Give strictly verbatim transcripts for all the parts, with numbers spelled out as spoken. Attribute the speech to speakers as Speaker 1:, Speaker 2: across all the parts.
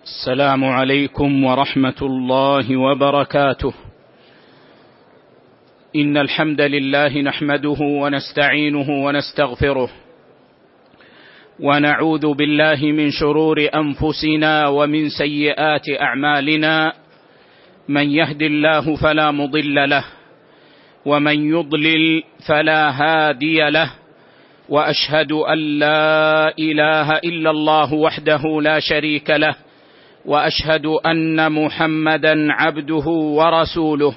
Speaker 1: السلام عليكم ورحمة الله وبركاته. إن الحمد لله نحمده ونستعينه ونستغفره، ونعوذ بالله من شرور أنفسنا ومن سيئات أعمالنا. من يهد الله فلا مضل له، ومن يضلل فلا هادي له، وأشهد أن لا إله إلا الله وحده لا شريك له، وأشهد أن محمدًا عبده ورسوله.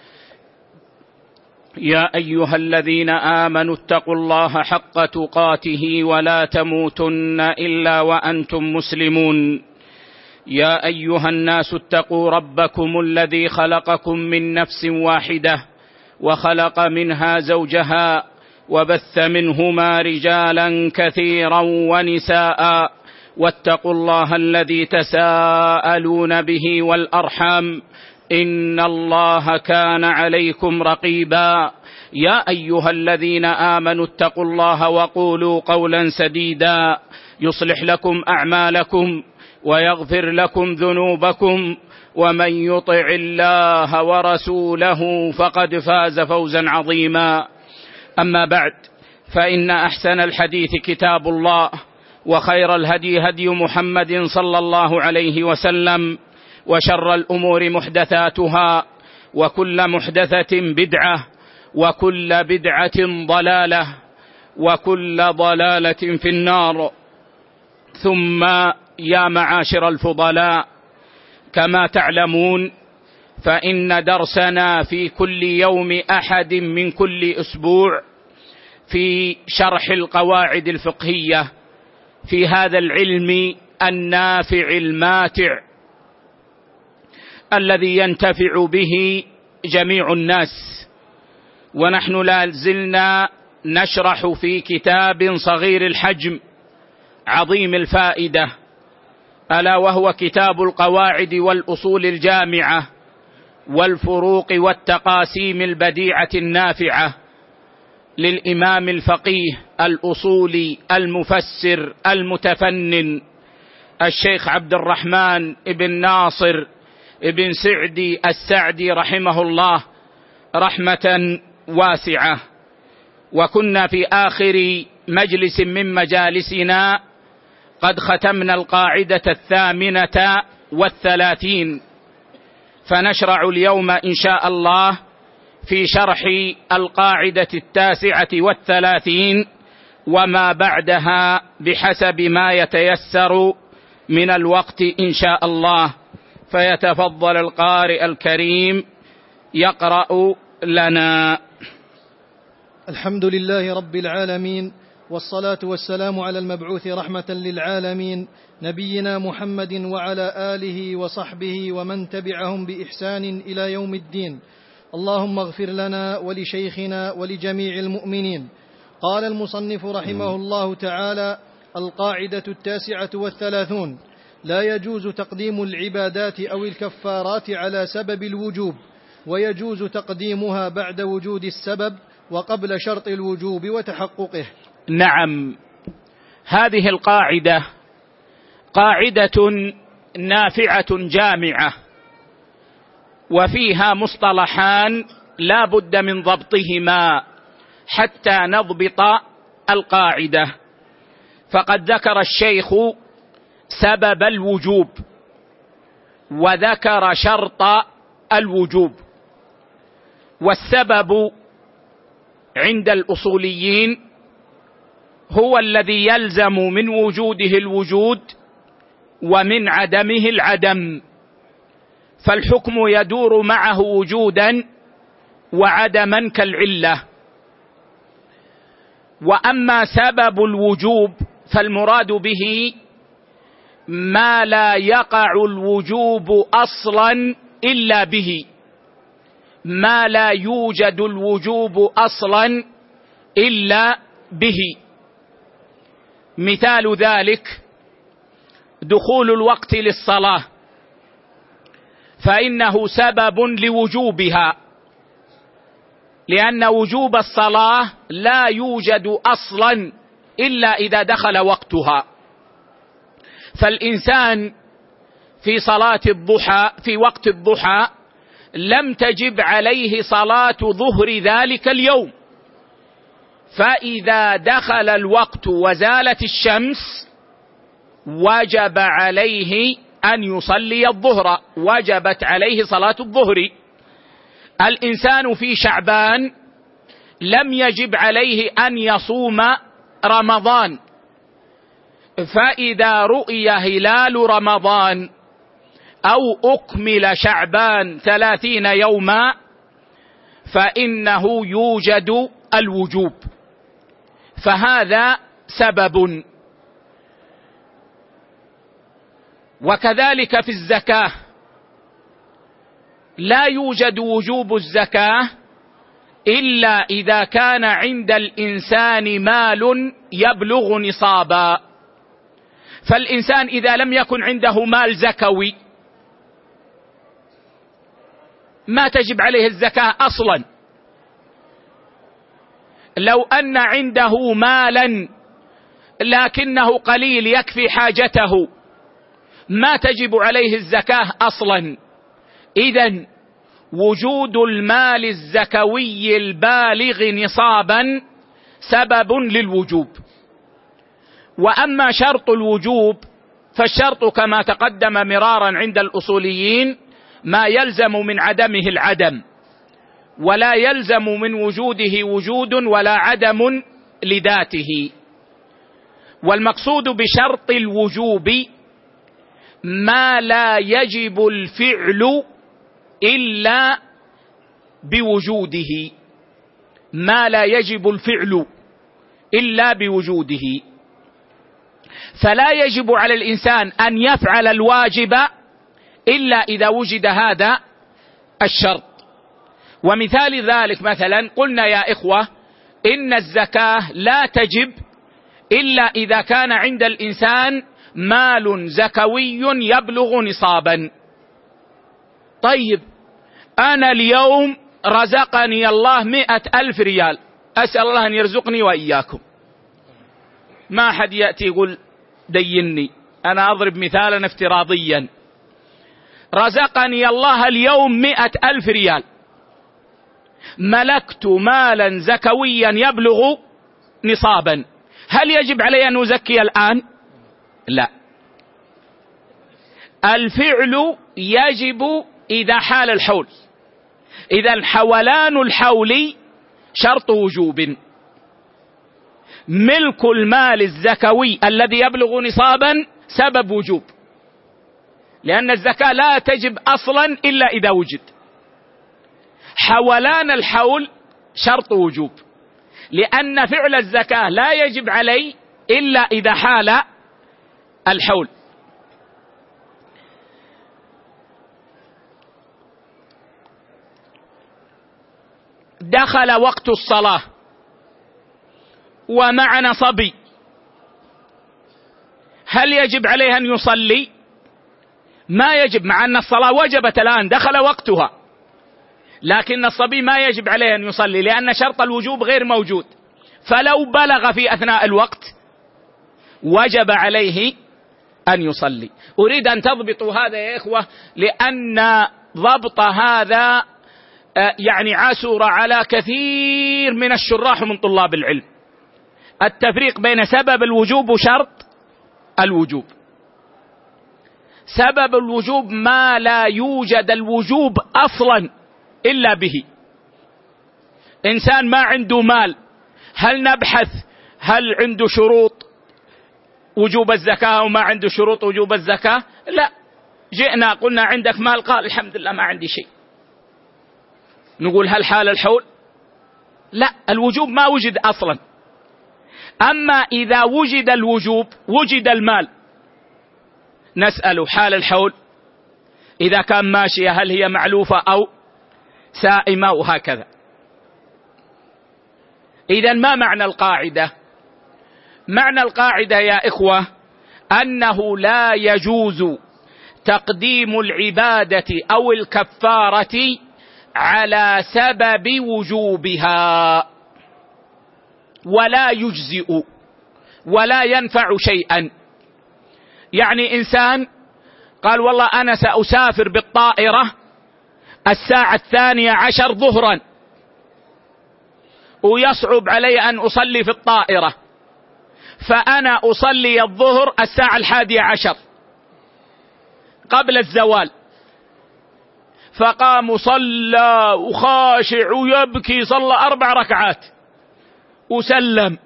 Speaker 1: يا أيها الذين آمنوا اتقوا الله حق تقاته ولا تموتن إلا وأنتم مسلمون. يا أيها الناس اتقوا ربكم الذي خلقكم من نفس واحدة، وخلق منها زوجها، وبث منهما رجالا كثيرا ونساء، واتقوا الله الذي تساءلون به والأرحام، إن الله كان عليكم رقيبا. يا أيها الذين آمنوا اتقوا الله وقولوا قولا سديدا يصلح لكم أعمالكم ويغفر لكم ذنوبكم، ومن يطع الله ورسوله فقد فاز فوزا عظيما. أما بعد، فإن أحسن الحديث كتاب الله، وخير الهدي هدي محمد صلى الله عليه وسلم، وشر الأمور محدثاتها، وكل محدثة بدعة، وكل بدعة ضلالة، وكل ضلالة في النار. ثم يا معاشر الفضلاء، كما تعلمون فإن درسنا في كل يوم أحد من كل أسبوع في شرح القواعد الفقهية في هذا العلم النافع الماتع الذي ينتفع به جميع الناس. ونحن لا زلنا نشرح في كتاب صغير الحجم عظيم الفائدة، ألا وهو كتاب القواعد والأصول الجامعة والفروق والتقاسيم البديعة النافعة للإمام الفقيه الأصولي المفسر المتفنن الشيخ عبد الرحمن بن ناصر بن سعدي السعدي رحمه الله رحمة واسعة. وكنا في آخر مجلس من مجالسنا قد ختمنا القاعدة الثامنة والثلاثين، فنشرع اليوم إن شاء الله في شرح القاعدة التاسعة والثلاثين وما بعدها بحسب ما يتيسر من الوقت إن شاء الله. فيتفضل القارئ الكريم يقرأ لنا.
Speaker 2: الحمد لله رب العالمين، والصلاة والسلام على المبعوث رحمة للعالمين نبينا محمد وعلى آله وصحبه ومن تبعهم بإحسان إلى يوم الدين. اللهم اغفر لنا ولشيخنا ولجميع المؤمنين. قال المصنف رحمه الله تعالى: القاعدة التاسعة والثلاثون: لا يجوز تقديم العبادات أو الكفارات على سبب الوجوب، ويجوز تقديمها بعد وجود السبب وقبل شرط الوجوب وتحققه.
Speaker 1: نعم، هذه القاعدة قاعدة نافعة جامعة، وفيها مصطلحان لا بد من ضبطهما حتى نضبط القاعدة. فقد ذكر الشيخ سبب الوجوب، وذكر شرط الوجوب. والسبب عند الأصوليين هو الذي يلزم من وجوده الوجود ومن عدمه العدم، فالحكم يدور معه وجودا وعدما كالعلة. وأما سبب الوجوب فالمراد به ما لا يقع الوجوب أصلا إلا به، ما لا يوجد الوجوب أصلا إلا به. مثال ذلك دخول الوقت للصلاة، فإنه سبب لوجوبها، لأن وجوب الصلاة لا يوجد أصلا إلا إذا دخل وقتها. فالإنسان في صلاة الضحى في وقت الضحى لم تجب عليه صلاة ظهر ذلك اليوم، فإذا دخل الوقت وزالت الشمس وجب عليه أن يصلي الظهر، وجبت عليه صلاة الظهر. الإنسان في شعبان لم يجب عليه أن يصوم رمضان، فإذا رؤي هلال رمضان أو أكمل شعبان ثلاثين يوما فإنه يوجد الوجوب، فهذا سبب. وكذلك في الزكاة لا يوجد وجوب الزكاة إلا إذا كان عند الإنسان مال يبلغ نصابا، فالإنسان إذا لم يكن عنده مال زكوي ما تجب عليه الزكاة أصلا. لو أن عنده مالا لكنه قليل يكفي حاجته ما تجب عليه الزكاة أصلا. إذن وجود المال الزكوي البالغ نصابا سبب للوجوب. وأما شرط الوجوب فالشرط كما تقدم مرارا عند الأصوليين ما يلزم من عدمه العدم، ولا يلزم من وجوده وجود ولا عدم لذاته. والمقصود بشرط الوجوب ما لا يجب الفعل إلا بوجوده، ما لا يجب الفعل إلا بوجوده. فلا يجب على الإنسان أن يفعل الواجب إلا إذا وجد هذا الشرط. ومثال ذلك مثلا قلنا يا إخوة إن الزكاة لا تجب إلا إذا كان عند الإنسان مال زكوي يبلغ نصابا. طيب أنا اليوم رزقني الله مئة ألف ريال، أسأل الله أن يرزقني وإياكم. ما حد يأتي يقول ديني، أنا أضرب مثالا افتراضيا. رزقني الله اليوم مئة ألف ريال، ملكت مالا زكويا يبلغ نصابا، هل يجب علي أن أزكي الآن؟ لا. الفعل يجب إذا حال الحول، إذا حولان الحول شرط وجوب. ملك المال الزكوي الذي يبلغ نصابا سبب وجوب، لأن الزكاة لا تجب أصلا إلا إذا وجد. حولان الحول شرط وجوب، لأن فعل الزكاة لا يجب عليه إلا إذا حال الحول. دخل وقت الصلاة ومعنا صبي، هل يجب عليه أن يصلي؟ ما يجب، مع أن الصلاة وجبت الآن دخل وقتها، لكن الصبي ما يجب عليه أن يصلي لأن شرط الوجوب غير موجود. فلو بلغ في أثناء الوقت وجب عليه أن يصلي. أريد أن تضبطوا هذا يا إخوة، لأن ضبط هذا يعني عسر على كثير من الشراح من طلاب العلم، التفريق بين سبب الوجوب وشرط الوجوب. سبب الوجوب ما لا يوجد الوجوب أصلا إلا به. إنسان ما عنده مال، هل نبحث هل عنده شروط وجوب الزكاة وما عنده شروط وجوب الزكاة؟ لا. جئنا قلنا عندك مال، قال الحمد لله ما عندي شيء، نقول هل حال الحول؟ لا، الوجوب ما وجد أصلا. أما إذا وجد الوجوب وجد المال، نسأل حال الحول، إذا كان ماشية هل هي معلوفة أو سائمة، وهكذا. إذن ما معنى القاعدة؟ معنى القاعدة يا إخوة أنه لا يجوز تقديم العبادة أو الكفارة على سبب وجوبها، ولا يجزئ ولا ينفع شيئا. يعني إنسان قال والله أنا سأسافر بالطائرة الساعة الثانية عشر ظهرا ويصعب علي أن أصلي في الطائرة، فأنا أصلي الظهر الساعة الحادية عشر قبل الزوال. فقام وصلى وخاشع ويبكي، صلى أربع ركعات وسلم.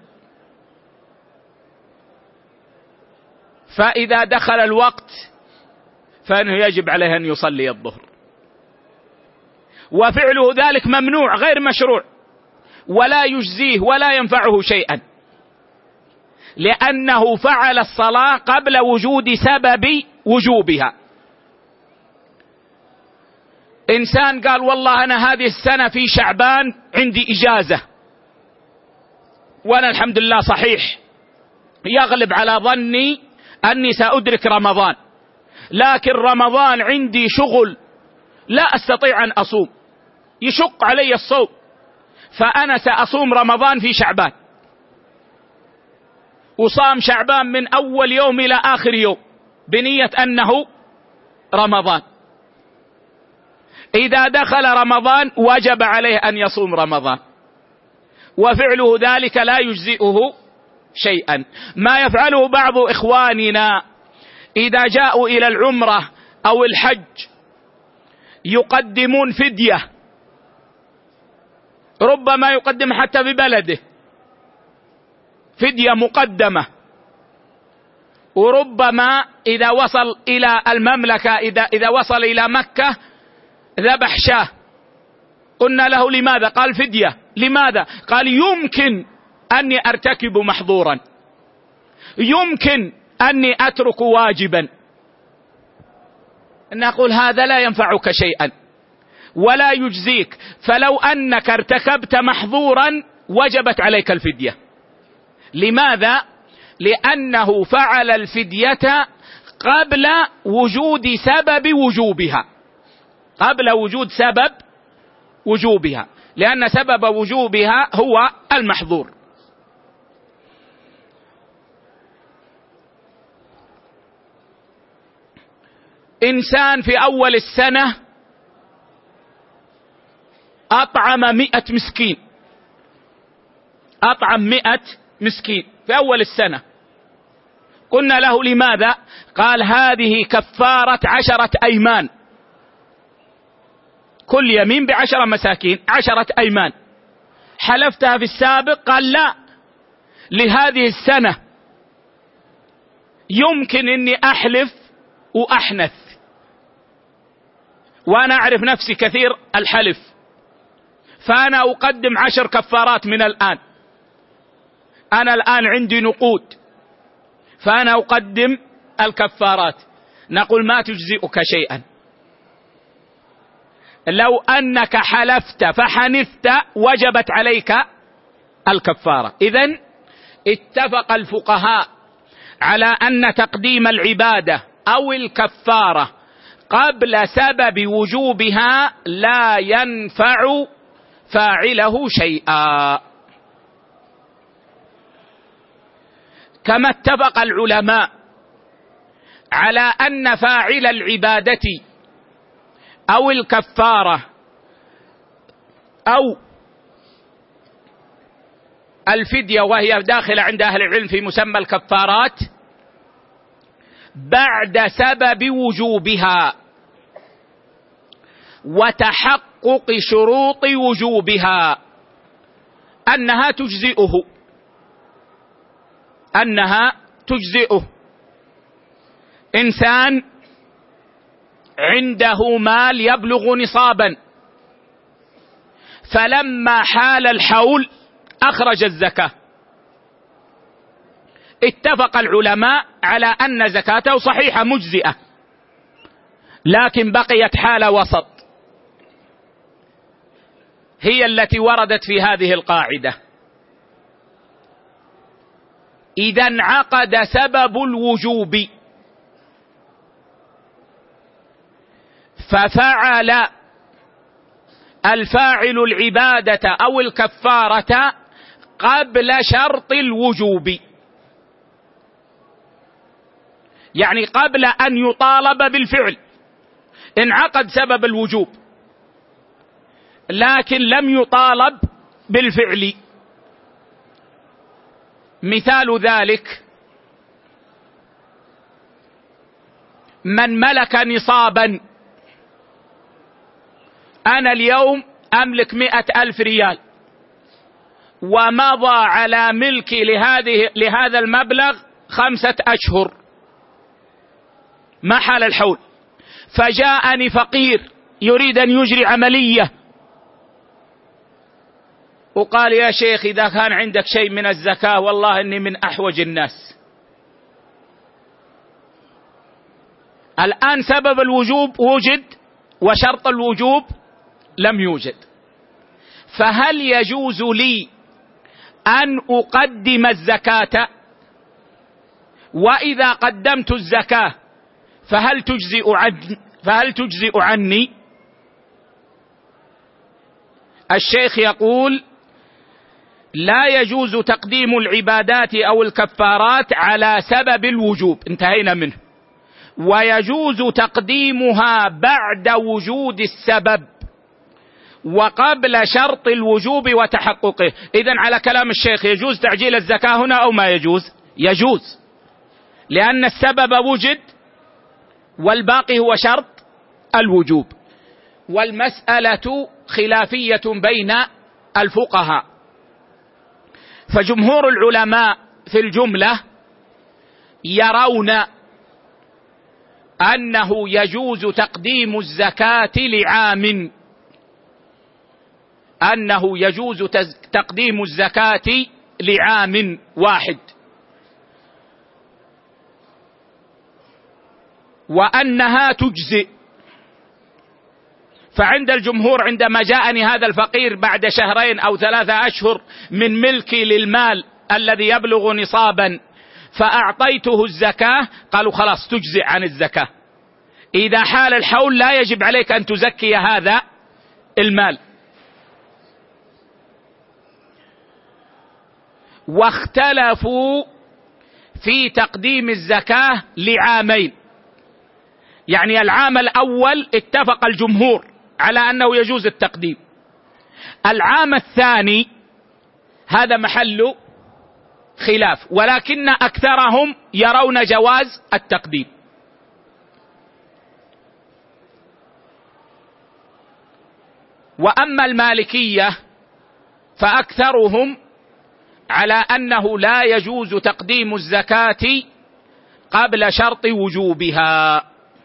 Speaker 1: فإذا دخل الوقت فإنه يجب عليه أن يصلي الظهر، وفعله ذلك ممنوع غير مشروع ولا يجزيه ولا ينفعه شيئا، لأنه فعل الصلاة قبل وجود سبب وجوبها. إنسان قال والله أنا هذه السنة في شعبان عندي إجازة، وأنا الحمد لله صحيح يغلب على ظني أني سأدرك رمضان، لكن رمضان عندي شغل لا أستطيع أن أصوم، يشق علي الصوم، فأنا سأصوم رمضان في شعبان. وصام شعبان من أول يوم إلى آخر يوم بنية أنه رمضان. إذا دخل رمضان وجب عليه أن يصوم رمضان، وفعله ذلك لا يجزئه شيئا. ما يفعله بعض إخواننا إذا جاءوا إلى العمرة أو الحج يقدمون فدية، ربما يقدم حتى في بلده فدية مقدمة، وربما إذا وصل إلى المملكة إذا, إذا وصل إلى مكة ذبح شاه. قلنا له لماذا؟ قال فدية. لماذا؟ قال يمكن أني أرتكب محظورا، يمكن أني أترك واجبا. نقول هذا لا ينفعك شيئا ولا يجزيك، فلو أنك ارتكبت محظورا وجبت عليك الفدية. لماذا؟ لأنه فعل الفدية قبل وجود سبب وجوبها، قبل وجود سبب وجوبها، لأن سبب وجوبها هو المحظور. إنسان في أول السنة أطعم مئة مسكين، أطعم مئة مسكين في أول السنة. قلنا له لماذا؟ قال هذه كفارة عشرة أيمان، كل يمين بعشرة مساكين، عشرة أيمان. حلفتها في السابق؟ قال لا، لهذه السنة يمكن أني أحلف وأحنث، وأنا أعرف نفسي كثير الحلف، فأنا أقدم عشر كفارات من الآن. أنا الآن عندي نقود، فأنا أقدم الكفارات. نقول ما تجزئك شيئا، لو أنك حلفت فحنثت وجبت عليك الكفارة. إذن اتفق الفقهاء على أن تقديم العبادة أو الكفارة قبل سبب وجوبها لا ينفع فاعله شيئا. كما اتفق العلماء على أن فاعل العبادة أو الكفارة أو الفدية، وهي داخلة عند أهل العلم في مسمى الكفارات، بعد سبب وجوبها وتحقق شروط وجوبها أنها تجزئه، أنها تجزئه. إنسان عنده مال يبلغ نصابا، فلما حال الحول أخرج الزكاة، اتفق العلماء على أن زكاته صحيحة مجزئة، لكن بقيت حالة وسط هي التي وردت في هذه القاعدة: إذا انعقد سبب الوجوب ففعل الفاعل العبادة أو الكفارة قبل شرط الوجوب، يعني قبل أن يطالب بالفعل انعقد سبب الوجوب، لكن لم يطالب بالفعل. مثال ذلك من ملك نصابا، أنا اليوم أملك مئة ألف ريال ومضى على ملكي لهذه لهذا المبلغ خمسة أشهر ما حال الحول، فجاءني فقير يريد أن يجري عملية وقال يا شيخ إذا كان عندك شيء من الزكاة والله إني من أحوج الناس. الآن سبب الوجوب وجد وشرط الوجوب لم يوجد، فهل يجوز لي أن أقدم الزكاة؟ وإذا قدمت الزكاة فهل تجزئ عني فهل تجزئ عني؟ الشيخ يقول لا يجوز تقديم العبادات أو الكفارات على سبب الوجوب، انتهينا منه، ويجوز تقديمها بعد وجود السبب وقبل شرط الوجوب وتحققه. إذن على كلام الشيخ يجوز تعجيل الزكاة هنا أو ما يجوز؟ يجوز، لأن السبب وجد والباقي هو شرط الوجوب. والمسألة خلافية بين الفقهاء، فجمهور العلماء في الجملة يرون أنه يجوز تقديم الزكاة لعام، أنه يجوز تقديم الزكاة لعام واحد، وأنها تجزئ. فعند الجمهور عندما جاءني هذا الفقير بعد شهرين أو ثلاثة أشهر من ملكي للمال الذي يبلغ نصابا فأعطيته الزكاة، قالوا خلاص تجزئ عن الزكاة، إذا حال الحول لا يجب عليك أن تزكي هذا المال. واختلفوا في تقديم الزكاة لعامين، يعني العام الأول اتفق الجمهور على أنه يجوز التقديم، العام الثاني هذا محل خلاف، ولكن أكثرهم يرون جواز التقديم. وأما المالكية فأكثرهم على أنه لا يجوز تقديم الزكاة قبل شرط وجوبها،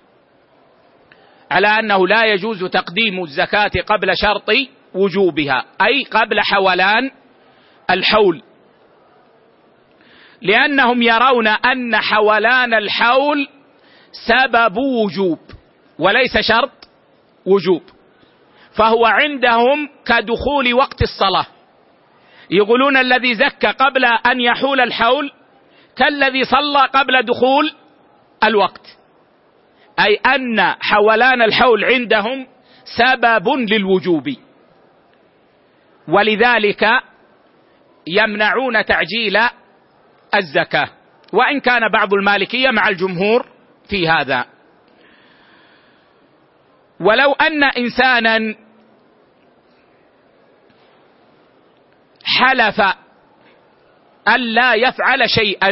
Speaker 1: على أنه لا يجوز تقديم الزكاة قبل شرط وجوبها، أي قبل حولان الحول، لأنهم يرون أن حولان الحول سبب وجوب وليس شرط وجوب، فهو عندهم كدخول وقت الصلاة، يقولون الذي زكى قبل أن يحول الحول كالذي صلى قبل دخول الوقت، أي أن حولان الحول عندهم سبب للوجوب، ولذلك يمنعون تعجيل الزكاة، وإن كان بعض المالكية مع الجمهور في هذا. ولو أن إنسانا حلف ألا يفعل شيئا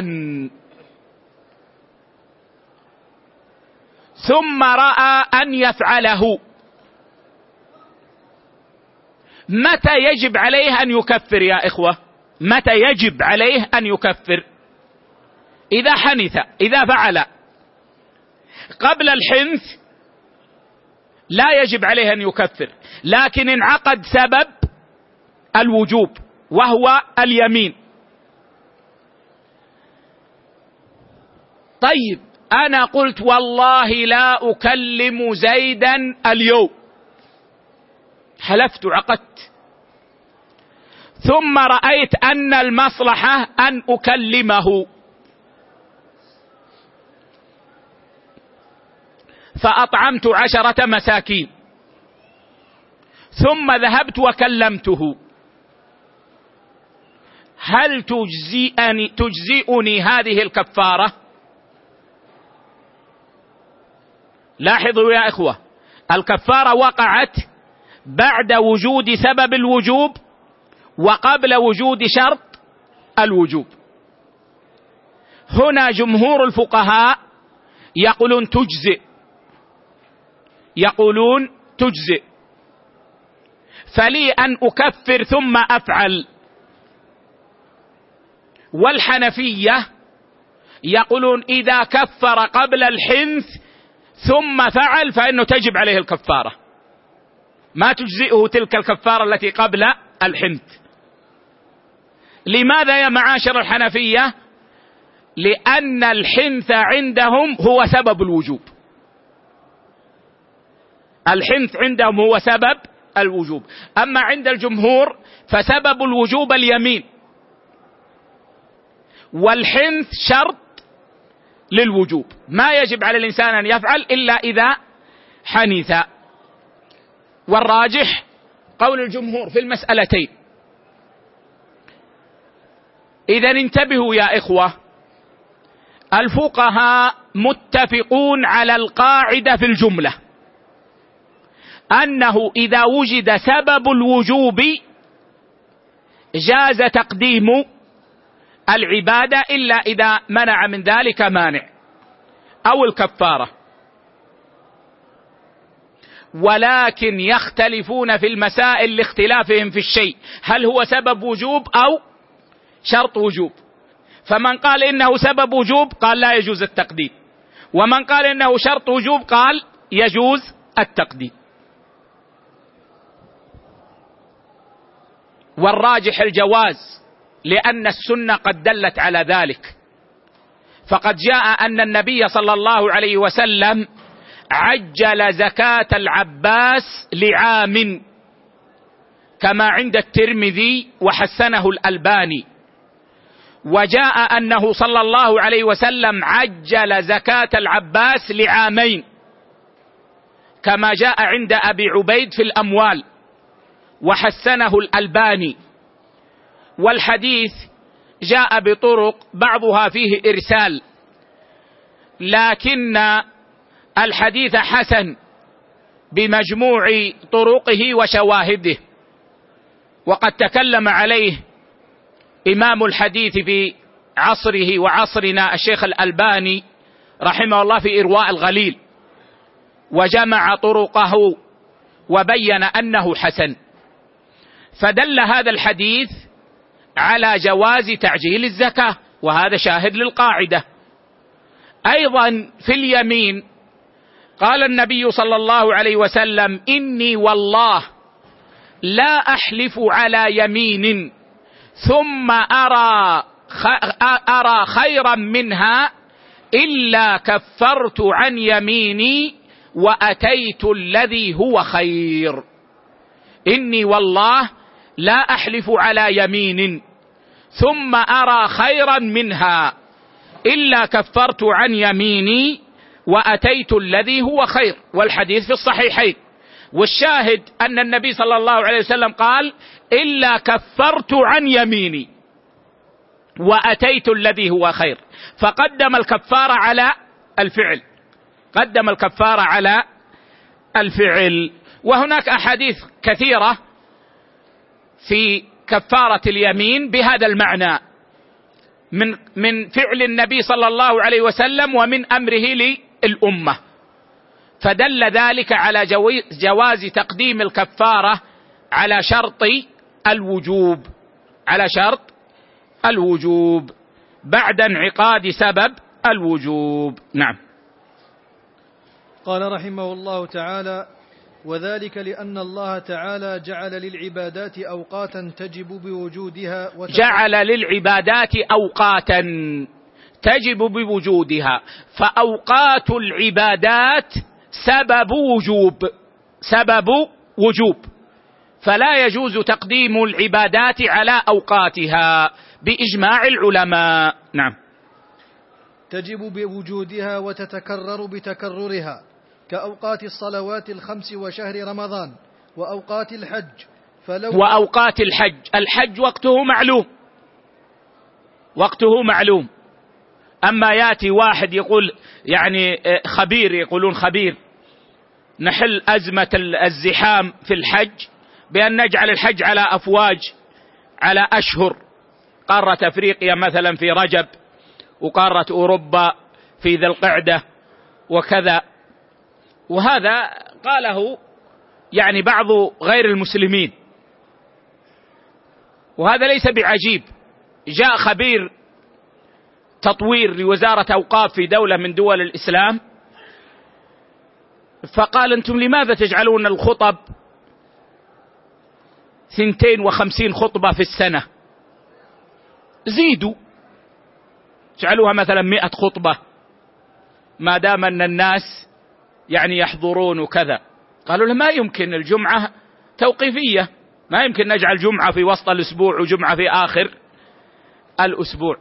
Speaker 1: ثم رأى أن يفعله، متى يجب عليه أن يكفر يا إخوة؟ متى يجب عليه أن يكفر؟ إذا حنث، إذا فعل قبل الحنث لا يجب عليه أن يكفر، لكن انعقد سبب الوجوب وهو اليمين. طيب أنا قلت والله لا أكلم زيدا اليوم، حلفت عقدت، ثم رأيت أن المصلحة أن أكلمه، فأطعمت عشرة مساكين ثم ذهبت وكلمته، هل تجزئني, تجزئني هذه الكفارة؟ لاحظوا يا إخوة، الكفارة وقعت بعد وجود سبب الوجوب وقبل وجود شرط الوجوب. هنا جمهور الفقهاء يقولون تجزئ، يقولون تجزئ، فلي أن أكفر ثم أفعل. والحنفية يقولون إذا كفر قبل الحنث ثم فعل فإنه تجب عليه الكفارة، ما تجزئه تلك الكفارة التي قبل الحنث. لماذا يا معاشر الحنفية؟ لأن الحنث عندهم هو سبب الوجوب، الحنث عندهم هو سبب الوجوب. أما عند الجمهور فسبب الوجوب اليمين، والحنث شرط للوجوب، ما يجب على الإنسان أن يفعل إلا إذا حنث. والراجح قول الجمهور في المسألتين. إذا انتبهوا يا إخوة، الفقهاء متفقون على القاعدة في الجملة أنه إذا وجد سبب الوجوب جاز تقديم العبادة إلا إذا منع من ذلك مانع أو الكفارة. ولكن يختلفون في المسائل لاختلافهم في الشيء، هل هو سبب وجوب أو شرط وجوب. فمن قال إنه سبب وجوب قال لا يجوز التقديم، ومن قال إنه شرط وجوب قال يجوز التقديم. والراجح الجواز، لأن السنة قد دلت على ذلك. فقد جاء أن النبي صلى الله عليه وسلم عجل زكاة العباس لعام، كما عند الترمذي وحسنه الألباني. وجاء أنه صلى الله عليه وسلم عجل زكاة العباس لعامين، كما جاء عند أبي عبيد في الأموال وحسنه الألباني. والحديث جاء بطرق بعضها فيه إرسال، لكن الحديث حسن بمجموع طرقه وشواهده. وقد تكلم عليه إمام الحديث في عصره وعصرنا الشيخ الألباني رحمه الله في إرواء الغليل، وجمع طرقه وبين أنه حسن. فدل هذا الحديث على جواز تعجيل الزكاة، وهذا شاهد للقاعدة. أيضا في اليمين قال النبي صلى الله عليه وسلم: إني والله لا أحلف على يمين ثم أرى أرى خيرا منها إلا كفرت عن يميني وأتيت الذي هو خير. إني والله لا أحلف على يمين ثم أرى خيرا منها إلا كفرت عن يميني وأتيت الذي هو خير. والحديث في الصحيحين. والشاهد أن النبي صلى الله عليه وسلم قال: إلا كفرت عن يميني وأتيت الذي هو خير، فقدم الكفارة على الفعل، قدم الكفارة على الفعل. وهناك أحاديث كثيرة في كفارة اليمين بهذا المعنى من من فعل النبي صلى الله عليه وسلم ومن أمره للأمة، فدل ذلك على جواز تقديم الكفارة على شرط الوجوب، على شرط الوجوب بعد انعقاد سبب الوجوب. نعم.
Speaker 2: قال رحمه الله تعالى: وذلك لأن الله تعالى جعل للعبادات أوقاتا تجب بوجودها وتت...
Speaker 1: جعل للعبادات أوقاتا تجب بوجودها، فأوقات العبادات سبب وجوب، سبب وجوب، فلا يجوز تقديم العبادات على أوقاتها بإجماع العلماء. نعم.
Speaker 2: تجب بوجودها وتتكرر بتكررها، كأوقات الصلوات الخمس وشهر رمضان وأوقات الحج. فلو
Speaker 1: وأوقات الحج، الحج وقته معلوم، وقته معلوم. أما يأتي واحد يقول يعني خبير، يقولون خبير، نحل أزمة الزحام في الحج بأن نجعل الحج على أفواج، على أشهر، قارة أفريقيا مثلا في رجب، وقارة أوروبا في ذي القعدة وكذا. وهذا قاله يعني بعض غير المسلمين، وهذا ليس بعجيب. جاء خبير تطوير لوزارة أوقاف في دولة من دول الإسلام فقال: أنتم لماذا تجعلون الخطب ثنتين وخمسين خطبة في السنة؟ زيدوا، اجعلوها مثلا مئة خطبة ما دام أن الناس يعني يحضرون وكذا. قالوا له: ما يمكن، الجمعة توقيفية، ما يمكن نجعل جمعة في وسط الأسبوع وجمعة في آخر الأسبوع.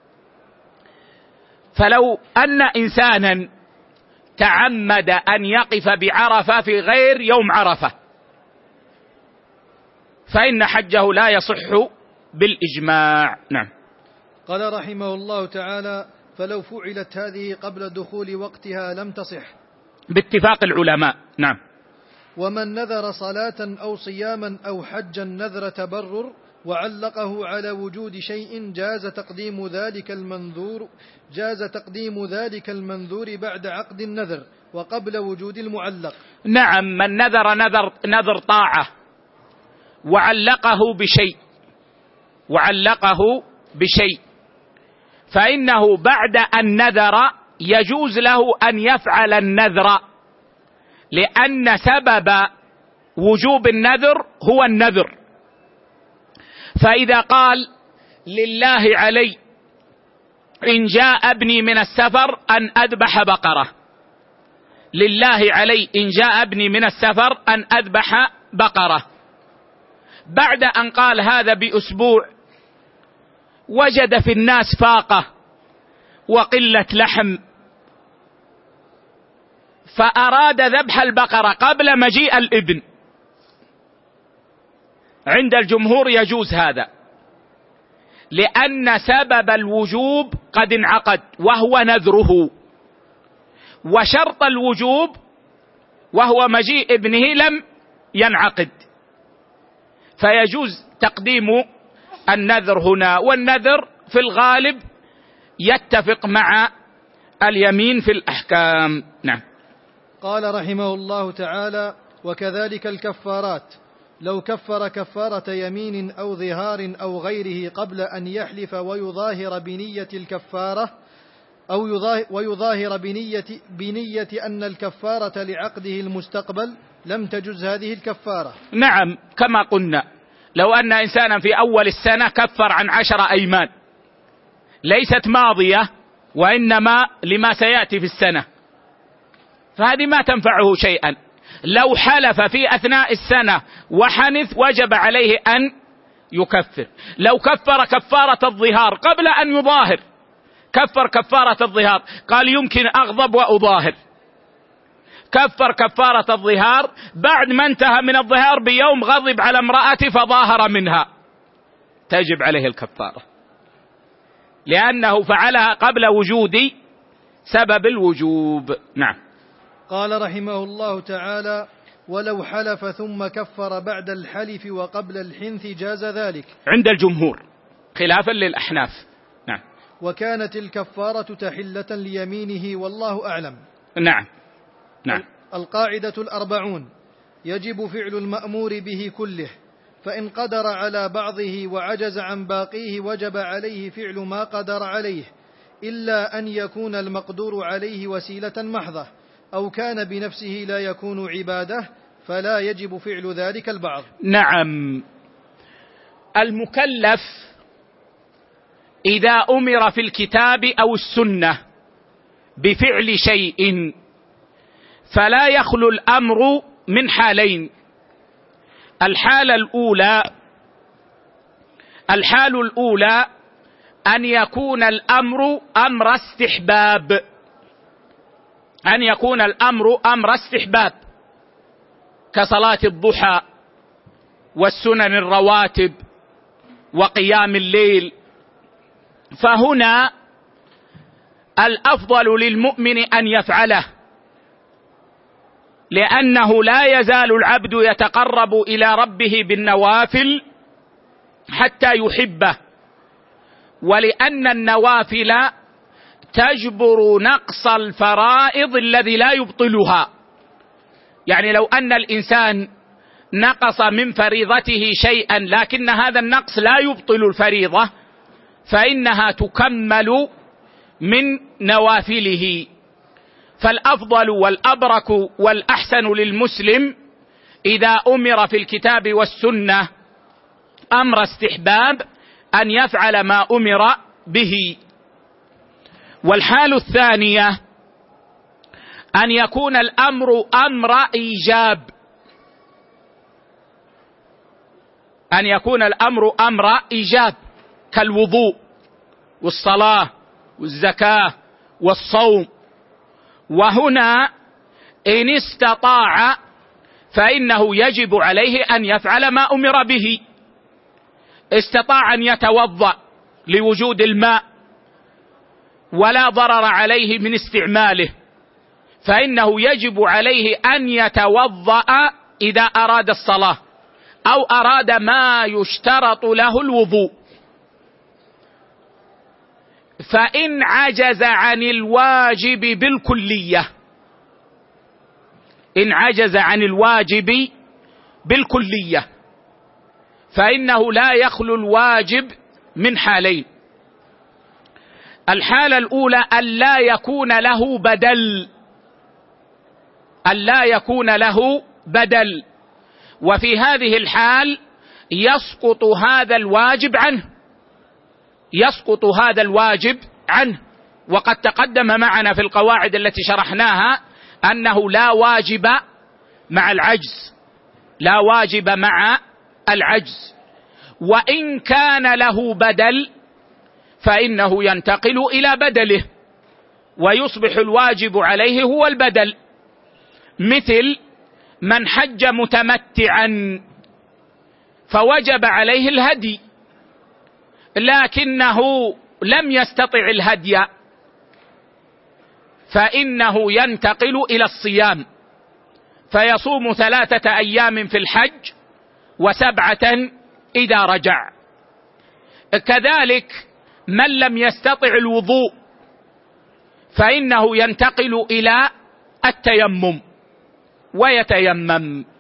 Speaker 1: فلو أن إنسانا تعمد أن يقف بعرفة في غير يوم عرفة فإن حجه لا يصح بالإجماع. نعم.
Speaker 2: قال رحمه الله تعالى: فلو فعلت هذه قبل دخول وقتها لم تصح
Speaker 1: باتفاق العلماء. نعم.
Speaker 2: ومن نذر صلاة أو صياما أو حجا نذر تبرر وعلقه على وجود شيء جاز تقديم ذلك المنذور جاز تقديم ذلك المنذور بعد عقد النذر وقبل وجود المعلق.
Speaker 1: نعم، من نذر نذر نذر طاعة وعلقه بشيء وعلقه بشيء فإنه بعد أن نذر يجوز له أن يفعل النذر، لأن سبب وجوب النذر هو النذر. فإذا قال: لله علي إن جاء ابني من السفر أن أذبح بقرة، لله علي إن جاء ابني من السفر أن أذبح بقرة، بعد أن قال هذا بأسبوع وجد في الناس فاقة وقلة لحم فأراد ذبح البقرة قبل مجيء الابن، عند الجمهور يجوز هذا، لأن سبب الوجوب قد انعقد وهو نذره، وشرط الوجوب وهو مجيء ابنه لم ينعقد، فيجوز تقديم النذر هنا. والنذر في الغالب يتفق مع اليمين في الأحكام. نعم.
Speaker 2: قال رحمه الله تعالى: وكذلك الكفارات، لو كفر كفارة يمين أو ظهار أو غيره قبل أن يحلف ويظاهر بنية الكفارة أو يظاهر ويظاهر بنية, بنية أن الكفارة لعقده المستقبل لم تجز هذه الكفارة.
Speaker 1: نعم، كما قلنا لو أن إنسانا في أول السنة كفر عن عشر أيمان ليست ماضية وإنما لما سيأتي في السنة، فهذه ما تنفعه شيئا. لو حلف في أثناء السنة وحنث وجب عليه أن يكفر. لو كفر كفارة الظهار قبل أن يظاهر، كفر كفارة الظهار، قال يمكن أغضب وأظاهر، كفر كفارة الظهار بعد ما انتهى من الظهار بيوم غضب على امرأته فظاهر منها، تجب عليه الكفارة لأنه فعلها قبل وجود سبب الوجوب. نعم.
Speaker 2: قال رحمه الله تعالى: ولو حلف ثم كفر بعد الحلف وقبل الحنث جاز ذلك
Speaker 1: عند الجمهور خلافا للأحناف. نعم.
Speaker 2: وكانت الكفارة تحلة ليمينه والله أعلم.
Speaker 1: نعم. نعم.
Speaker 2: القاعدة الأربعون: يجب فعل المأمور به كله، فإن قدر على بعضه وعجز عن باقيه وجب عليه فعل ما قدر عليه، إلا أن يكون المقدور عليه وسيلة محضة أو كان بنفسه لا يكون عبادة فلا يجب فعل ذلك البعض.
Speaker 1: نعم. المكلف إذا أمر في الكتاب أو السنة بفعل شيء فلا يخلو الأمر من حالين: الحالة الأولى الحال الأولى أن يكون الأمر أمر استحباب، أن يكون الأمر أمر استحباب كصلاة الضحى والسنن الرواتب وقيام الليل، فهنا الأفضل للمؤمن أن يفعله، لأنه لا يزال العبد يتقرب إلى ربه بالنوافل حتى يحبه، ولأن النوافل تجبر نقص الفرائض الذي لا يبطلها. يعني لو أن الإنسان نقص من فريضته شيئا لكن هذا النقص لا يبطل الفريضة، فإنها تكمل من نوافله. فالأفضل والأبرك والأحسن للمسلم إذا أمر في الكتاب والسنة أمر استحباب أن يفعل ما أمر به. والحال الثانية أن يكون الأمر أمر إيجاب، أن يكون الأمر أمر إيجاب كالوضوء والصلاة والزكاة والصوم. وهنا إن استطاع فإنه يجب عليه أن يفعل ما أمر به. استطاع أن يتوضأ لوجود الماء ولا ضرر عليه من استعماله، فإنه يجب عليه أن يتوضأ إذا أراد الصلاة أو أراد ما يشترط له الوضوء. فإن عجز عن الواجب بالكلية، إن عجز عن الواجب بالكلية فإنه لا يخلو الواجب من حالين. الحالة الأولى أن لا يكون له بدل، أن لا يكون له بدل، وفي هذه الحال يسقط هذا الواجب عنه، يسقط هذا الواجب عنه. وقد تقدم معنا في القواعد التي شرحناها أنه لا واجب مع العجز، لا واجب مع العجز. وإن كان له بدل فإنه ينتقل إلى بدله ويصبح الواجب عليه هو البدل، مثل من حج متمتعا فوجب عليه الهدي لكنه لم يستطع الهدي، فإنه ينتقل إلى الصيام فيصوم ثلاثة أيام في الحج وسبعة إذا رجع. كذلك من لم يستطع الوضوء فإنه ينتقل إلى التيمم ويتيمم.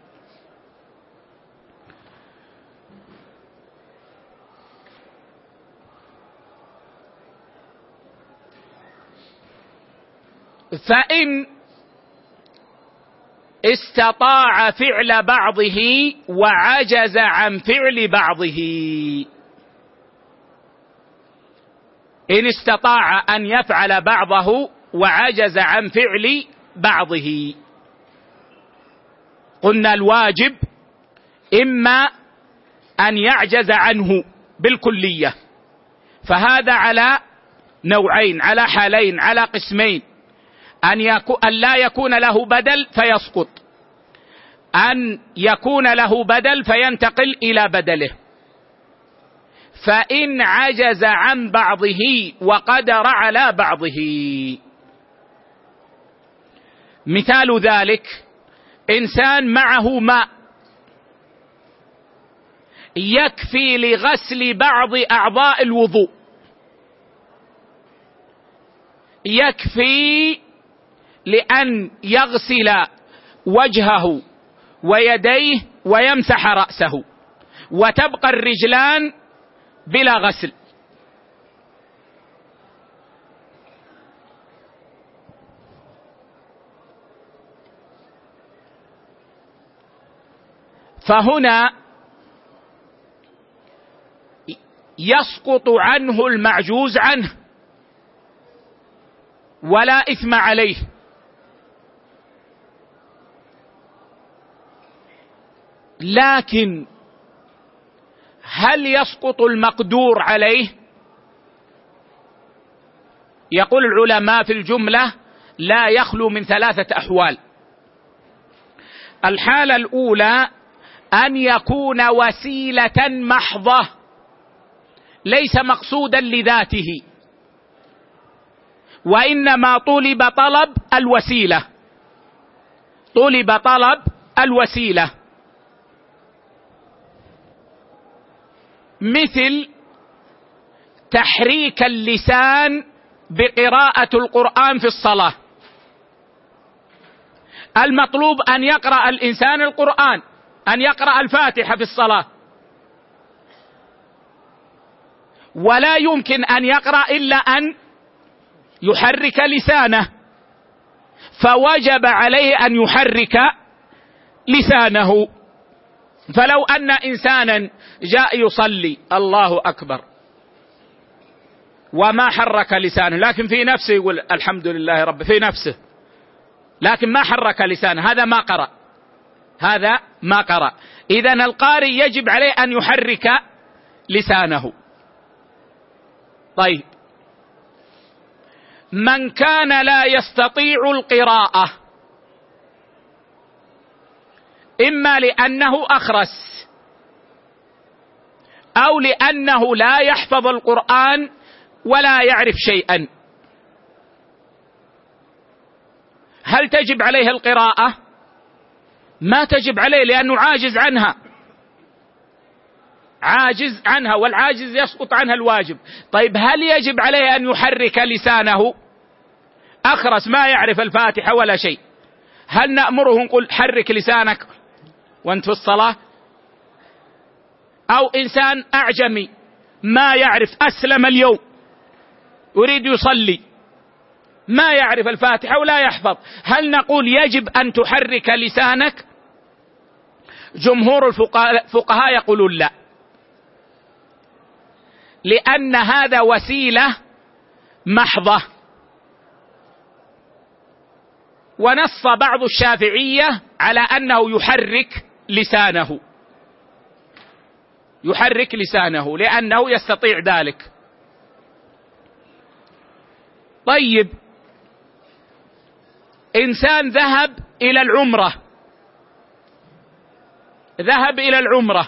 Speaker 1: فإن استطاع فعل بعضه وعجز عن فعل بعضه، إن استطاع أن يفعل بعضه وعجز عن فعل بعضه، قلنا الواجب إما أن يعجز عنه بالكلية، فهذا على نوعين، على حالين، على قسمين: أن, يكو أن لا يكون له بدل فيسقط، أن يكون له بدل فينتقل إلى بدله. فإن عجز عن بعضه وقدر على بعضه، مثال ذلك إنسان معه ماء يكفي لغسل بعض أعضاء الوضوء، يكفي لأن يغسل وجهه ويديه ويمسح رأسه، وتبقى الرجلان بلا غسل. فهنا يسقط عنه المعجوز عنه ولا إثم عليه، لكن هل يسقط المقدور عليه؟ يقول العلماء في الجملة لا يخلو من ثلاثة أحوال. الحالة الأولى أن يكون وسيلة محضة ليس مقصودا لذاته، وإنما طلب طلب الوسيلة، طلب طلب الوسيلة، مثل تحريك اللسان بقراءة القرآن في الصلاة. المطلوب أن يقرأ الإنسان القرآن، أن يقرأ الفاتحة في الصلاة، ولا يمكن أن يقرأ إلا أن يحرك لسانه، فوجب عليه أن يحرك لسانه. فلو أن إنسانا جاء يصلي الله أكبر وما حرك لسانه، لكن في نفسه يقول الحمد لله رب في نفسه، لكن ما حرك لسانه، هذا ما قرأ، هذا ما قرأ. إذن القارئ يجب عليه أن يحرك لسانه. طيب، من كان لا يستطيع القراءة، إما لأنه أخرس أو لأنه لا يحفظ القرآن ولا يعرف شيئا، هل تجب عليه القراءة؟ ما تجب عليه، لأنه عاجز عنها، عاجز عنها، والعاجز يسقط عنها الواجب. طيب، هل يجب عليه أن يحرك لسانه؟ أخرس ما يعرف الفاتحة ولا شيء، هل نأمره نقول حرك لسانك وانت في الصلاة؟ أو إنسان أعجمي ما يعرف، أسلم اليوم يريد يصلي، ما يعرف الفاتحة ولا يحفظ، هل نقول يجب أن تحرك لسانك؟ جمهور الفقهاء يقولون لا، لأن هذا وسيلة محضة. ونص بعض الشافعية على أنه يحرك لسانه، يحرك لسانه لأنه يستطيع ذلك. طيب، إنسان ذهب إلى العمرة، ذهب إلى العمرة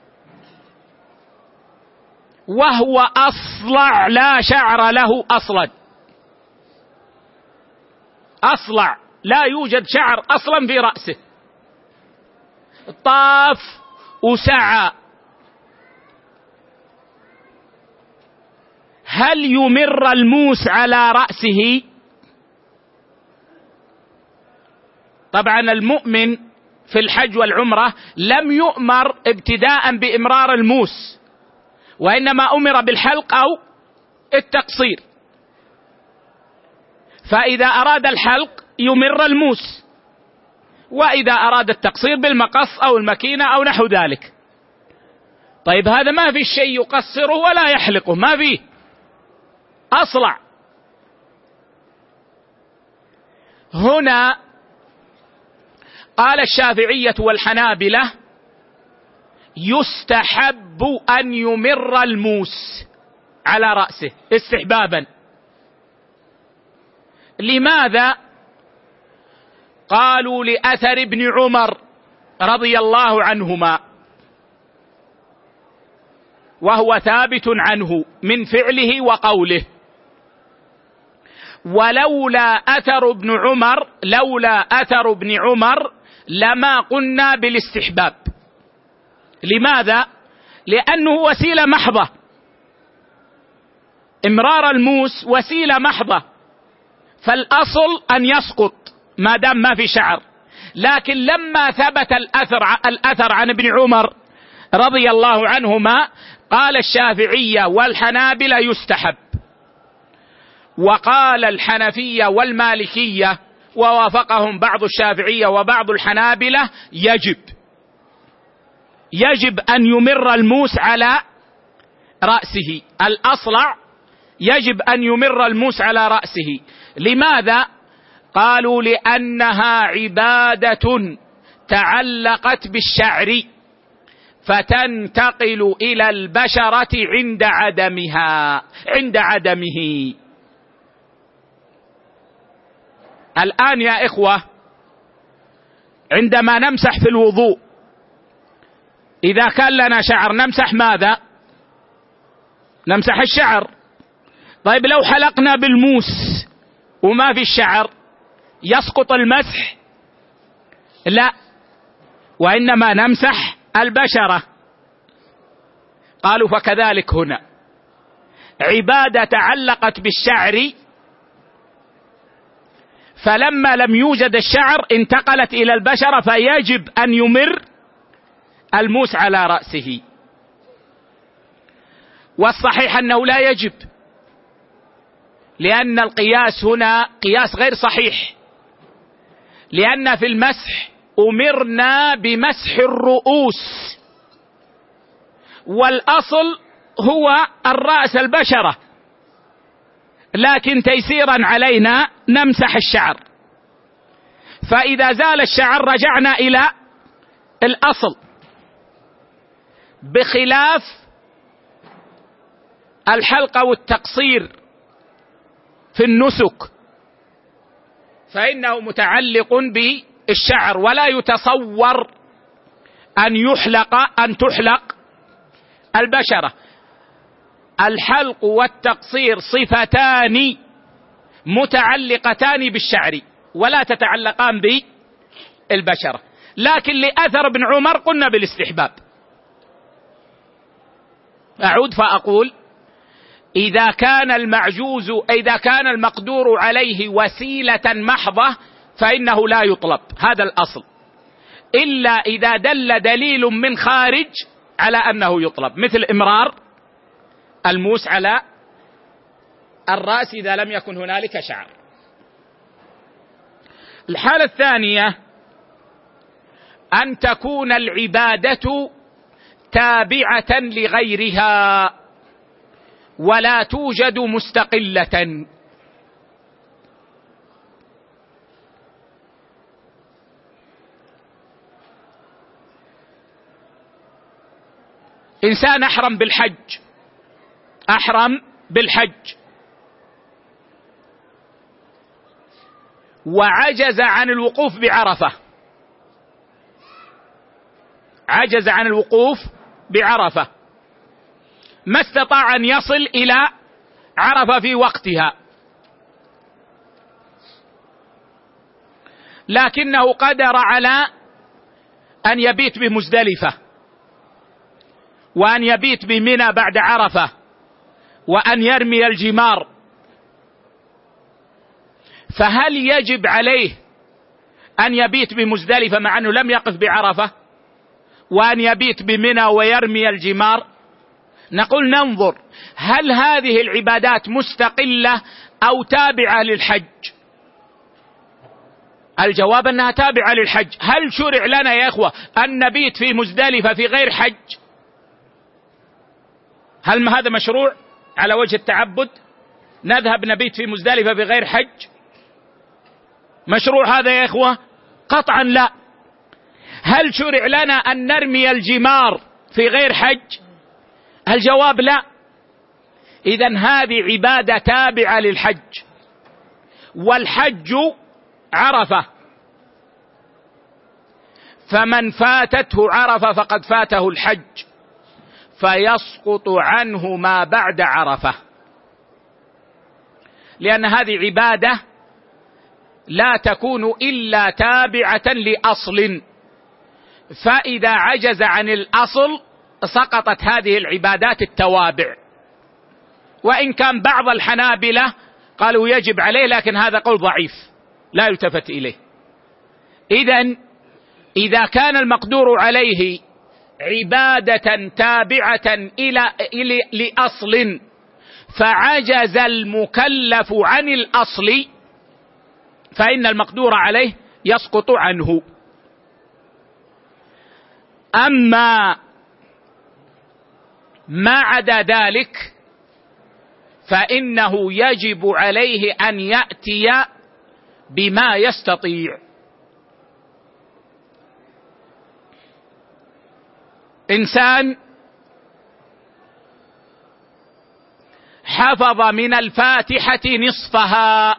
Speaker 1: وهو أصلع لا شعر له أصلا، أصلع لا يوجد شعر أصلا في رأسه، طاف وسعى، هل يمر الموس على رأسه؟ طبعا المؤمن في الحج والعمرة لم يؤمر ابتداء بإمرار الموس، وإنما أمر بالحلق أو التقصير، فإذا أراد الحلق يمر الموس، وإذا أراد التقصير بالمقص أو المكينة أو نحو ذلك. طيب، هذا ما في شيء يقصره ولا يحلقه، ما فيه، أصلع. هنا قال الشافعية والحنابلة يستحب أن يمر الموس على رأسه استحبابا. لماذا؟ قالوا لأثر ابن عمر رضي الله عنهما، وهو ثابت عنه من فعله وقوله، ولولا أثر ابن عمر لولا أثر ابن عمر لما قلنا بالاستحباب. لماذا؟ لأنه وسيلة محضة، إمرار الموس وسيلة محضة، فالأصل أن يسقط ما دام ما في شعر، لكن لما ثبت الأثر, الأثر عن ابن عمر رضي الله عنهما قال الشافعية والحنابلة يستحب، وقال الحنفية والمالكية ووافقهم بعض الشافعية وبعض الحنابلة يجب يجب أن يمر الموس على رأسه، الأصلع يجب أن يمر الموس على رأسه. لماذا؟ قالوا لأنها عبادة تعلقت بالشعر فتنتقل إلى البشرة عند عدمها عند عدمه. الآن يا إخوة، عندما نمسح في الوضوء إذا كان لنا شعر نمسح ماذا؟ نمسح الشعر. طيب، لو حلقنا بالموس وما في الشعر يسقط المسح؟ لا، وإنما نمسح البشرة. قالوا فكذلك هنا عبادة تعلقت بالشعر، فلما لم يوجد الشعر انتقلت إلى البشرة، فيجب أن يمر الموس على رأسه. والصحيح أنه لا يجب، لأن القياس هنا قياس غير صحيح، لأن في المسح أمرنا بمسح الرؤوس، والأصل هو الرأس البشرة، لكن تيسيرا علينا نمسح الشعر، فإذا زال الشعر رجعنا إلى الأصل، بخلاف الحلق والتقصير في النسك، فإنه متعلق بالشعر، ولا يتصور أن يحلق أن تحلق البشرة. الحلق والتقصير صفتان متعلقتان بالشعر ولا تتعلقان بالبشرة، لكن لأثر ابن عمر قلنا بالاستحباب. أعود فأقول: إذا كان المعجوز إذا كان المقدور عليه وسيلة محضة فإنه لا يطلب، هذا الأصل، إلا إذا دل دليل من خارج على أنه يطلب، مثل إمرار الموس على الرأس إذا لم يكن هنالك شعر. الحالة الثانية أن تكون العبادة تابعة لغيرها ولا توجد مستقلة. إنسان أحرم بالحج أحرم بالحج وعجز عن الوقوف بعرفة عجز عن الوقوف بعرفة ما استطاع أن يصل إلى عرفة في وقتها، لكنه قدر على أن يبيت بمزدلفة وأن يبيت بمنى بعد عرفة وأن يرمي الجمار، فهل يجب عليه أن يبيت بمزدلفة مع أنه لم يقف بعرفة وأن يبيت بمنى ويرمي الجمار؟ نقول ننظر هل هذه العبادات مستقلة أو تابعة للحج؟ الجواب أنها تابعة للحج. هل شرع لنا يا إخوة أن نبيت في مزدلفة في غير حج؟ هل هذا مشروع على وجه التعبد؟ نذهب نبيت في مزدلفة في غير حج؟ مشروع هذا يا إخوة؟ قطعا لا. هل شرع لنا أن نرمي الجمار في غير حج؟ الجواب لا. إذن هذه عبادة تابعة للحج، والحج عرفة، فمن فاتته عرفة فقد فاته الحج، فيسقط عنه ما بعد عرفة، لأن هذه عبادة لا تكون إلا تابعة لأصل، فإذا عجز عن الأصل سقطت هذه العبادات التوابع. وإن كان بعض الحنابلة قالوا يجب عليه، لكن هذا قول ضعيف لا يلتفت إليه. إذن إذا كان المقدور عليه عبادة تابعة إلى إلى لأصل فعجز المكلف عن الأصل، فإن المقدور عليه يسقط عنه. أما ما عدا ذلك فإنه يجب عليه أن يأتي بما يستطيع. إنسان حفظ من الفاتحة نصفها،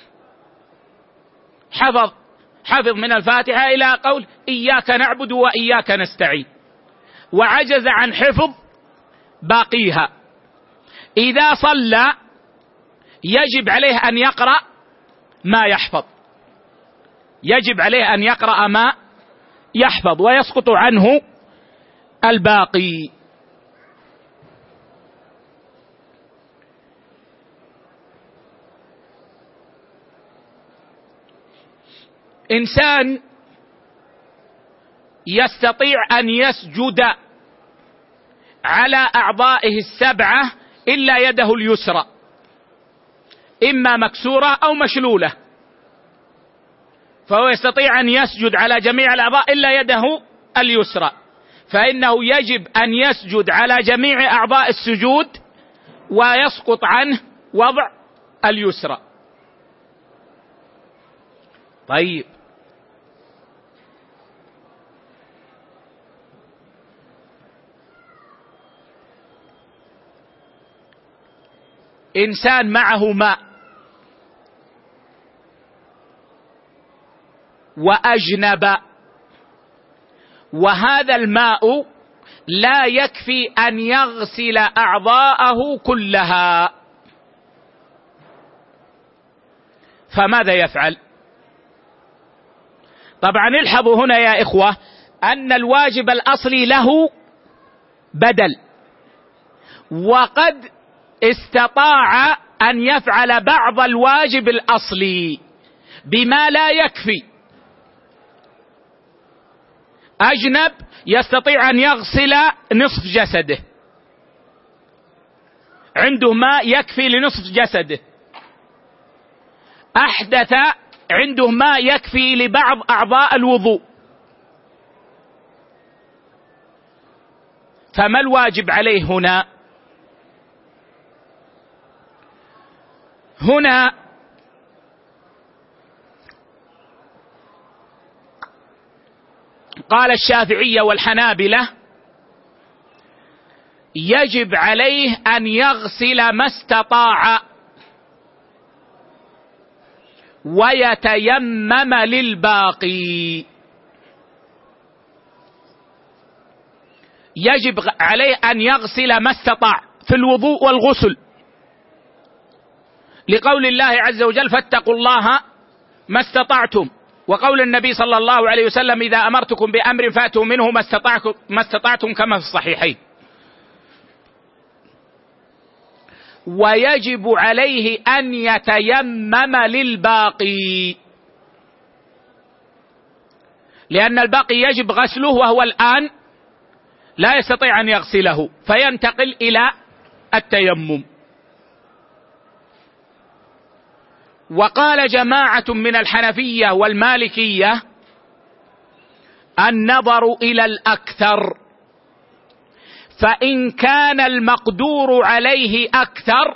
Speaker 1: حفظ حفظ من الفاتحة إلى قول إياك نعبد وإياك نستعين، وعجز عن حفظ باقيها. إذا صلى يجب عليه أن يقرأ ما يحفظ، يجب عليه أن يقرأ ما يحفظ ويسقط عنه الباقي. إنسان يستطيع أن يسجد على أعضائه السبعة إلا يده اليسرى، إما مكسورة أو مشلولة، فهو يستطيع أن يسجد على جميع الأعضاء إلا يده اليسرى، فإنه يجب أن يسجد على جميع أعضاء السجود ويسقط عنه وضع اليسرى. طيب، إنسان معه ماء وأجنب، وهذا الماء لا يكفي أن يغسل أعضاءه كلها، فماذا يفعل؟ طبعا الحظوا هنا يا إخوة أن الواجب الأصلي له بدل، وقد استطاع أن يفعل بعض الواجب الأصلي بما لا يكفي. أجنب يستطيع أن يغسل نصف جسده، عنده ماء يكفي لنصف جسده. أحدث عنده ماء يكفي لبعض أعضاء الوضوء، فما الواجب عليه هنا؟ هنا قال الشافعية والحنابلة يجب عليه أن يغسل ما استطاع ويتيمم للباقي. يجب عليه أن يغسل ما استطاع في الوضوء والغسل، لقول الله عز وجل فاتقوا الله ما استطعتم، وقول النبي صلى الله عليه وسلم إذا أمرتكم بأمر فاتوا منه ما استطعتم, ما استطعتم كما في الصحيحين. ويجب عليه أن يتيمم للباقي، لأن الباقي يجب غسله وهو الآن لا يستطيع أن يغسله، فينتقل إلى التيمم. وقال جماعة من الحنفية والمالكية النظر إلى الأكثر، فإن كان المقدور عليه أكثر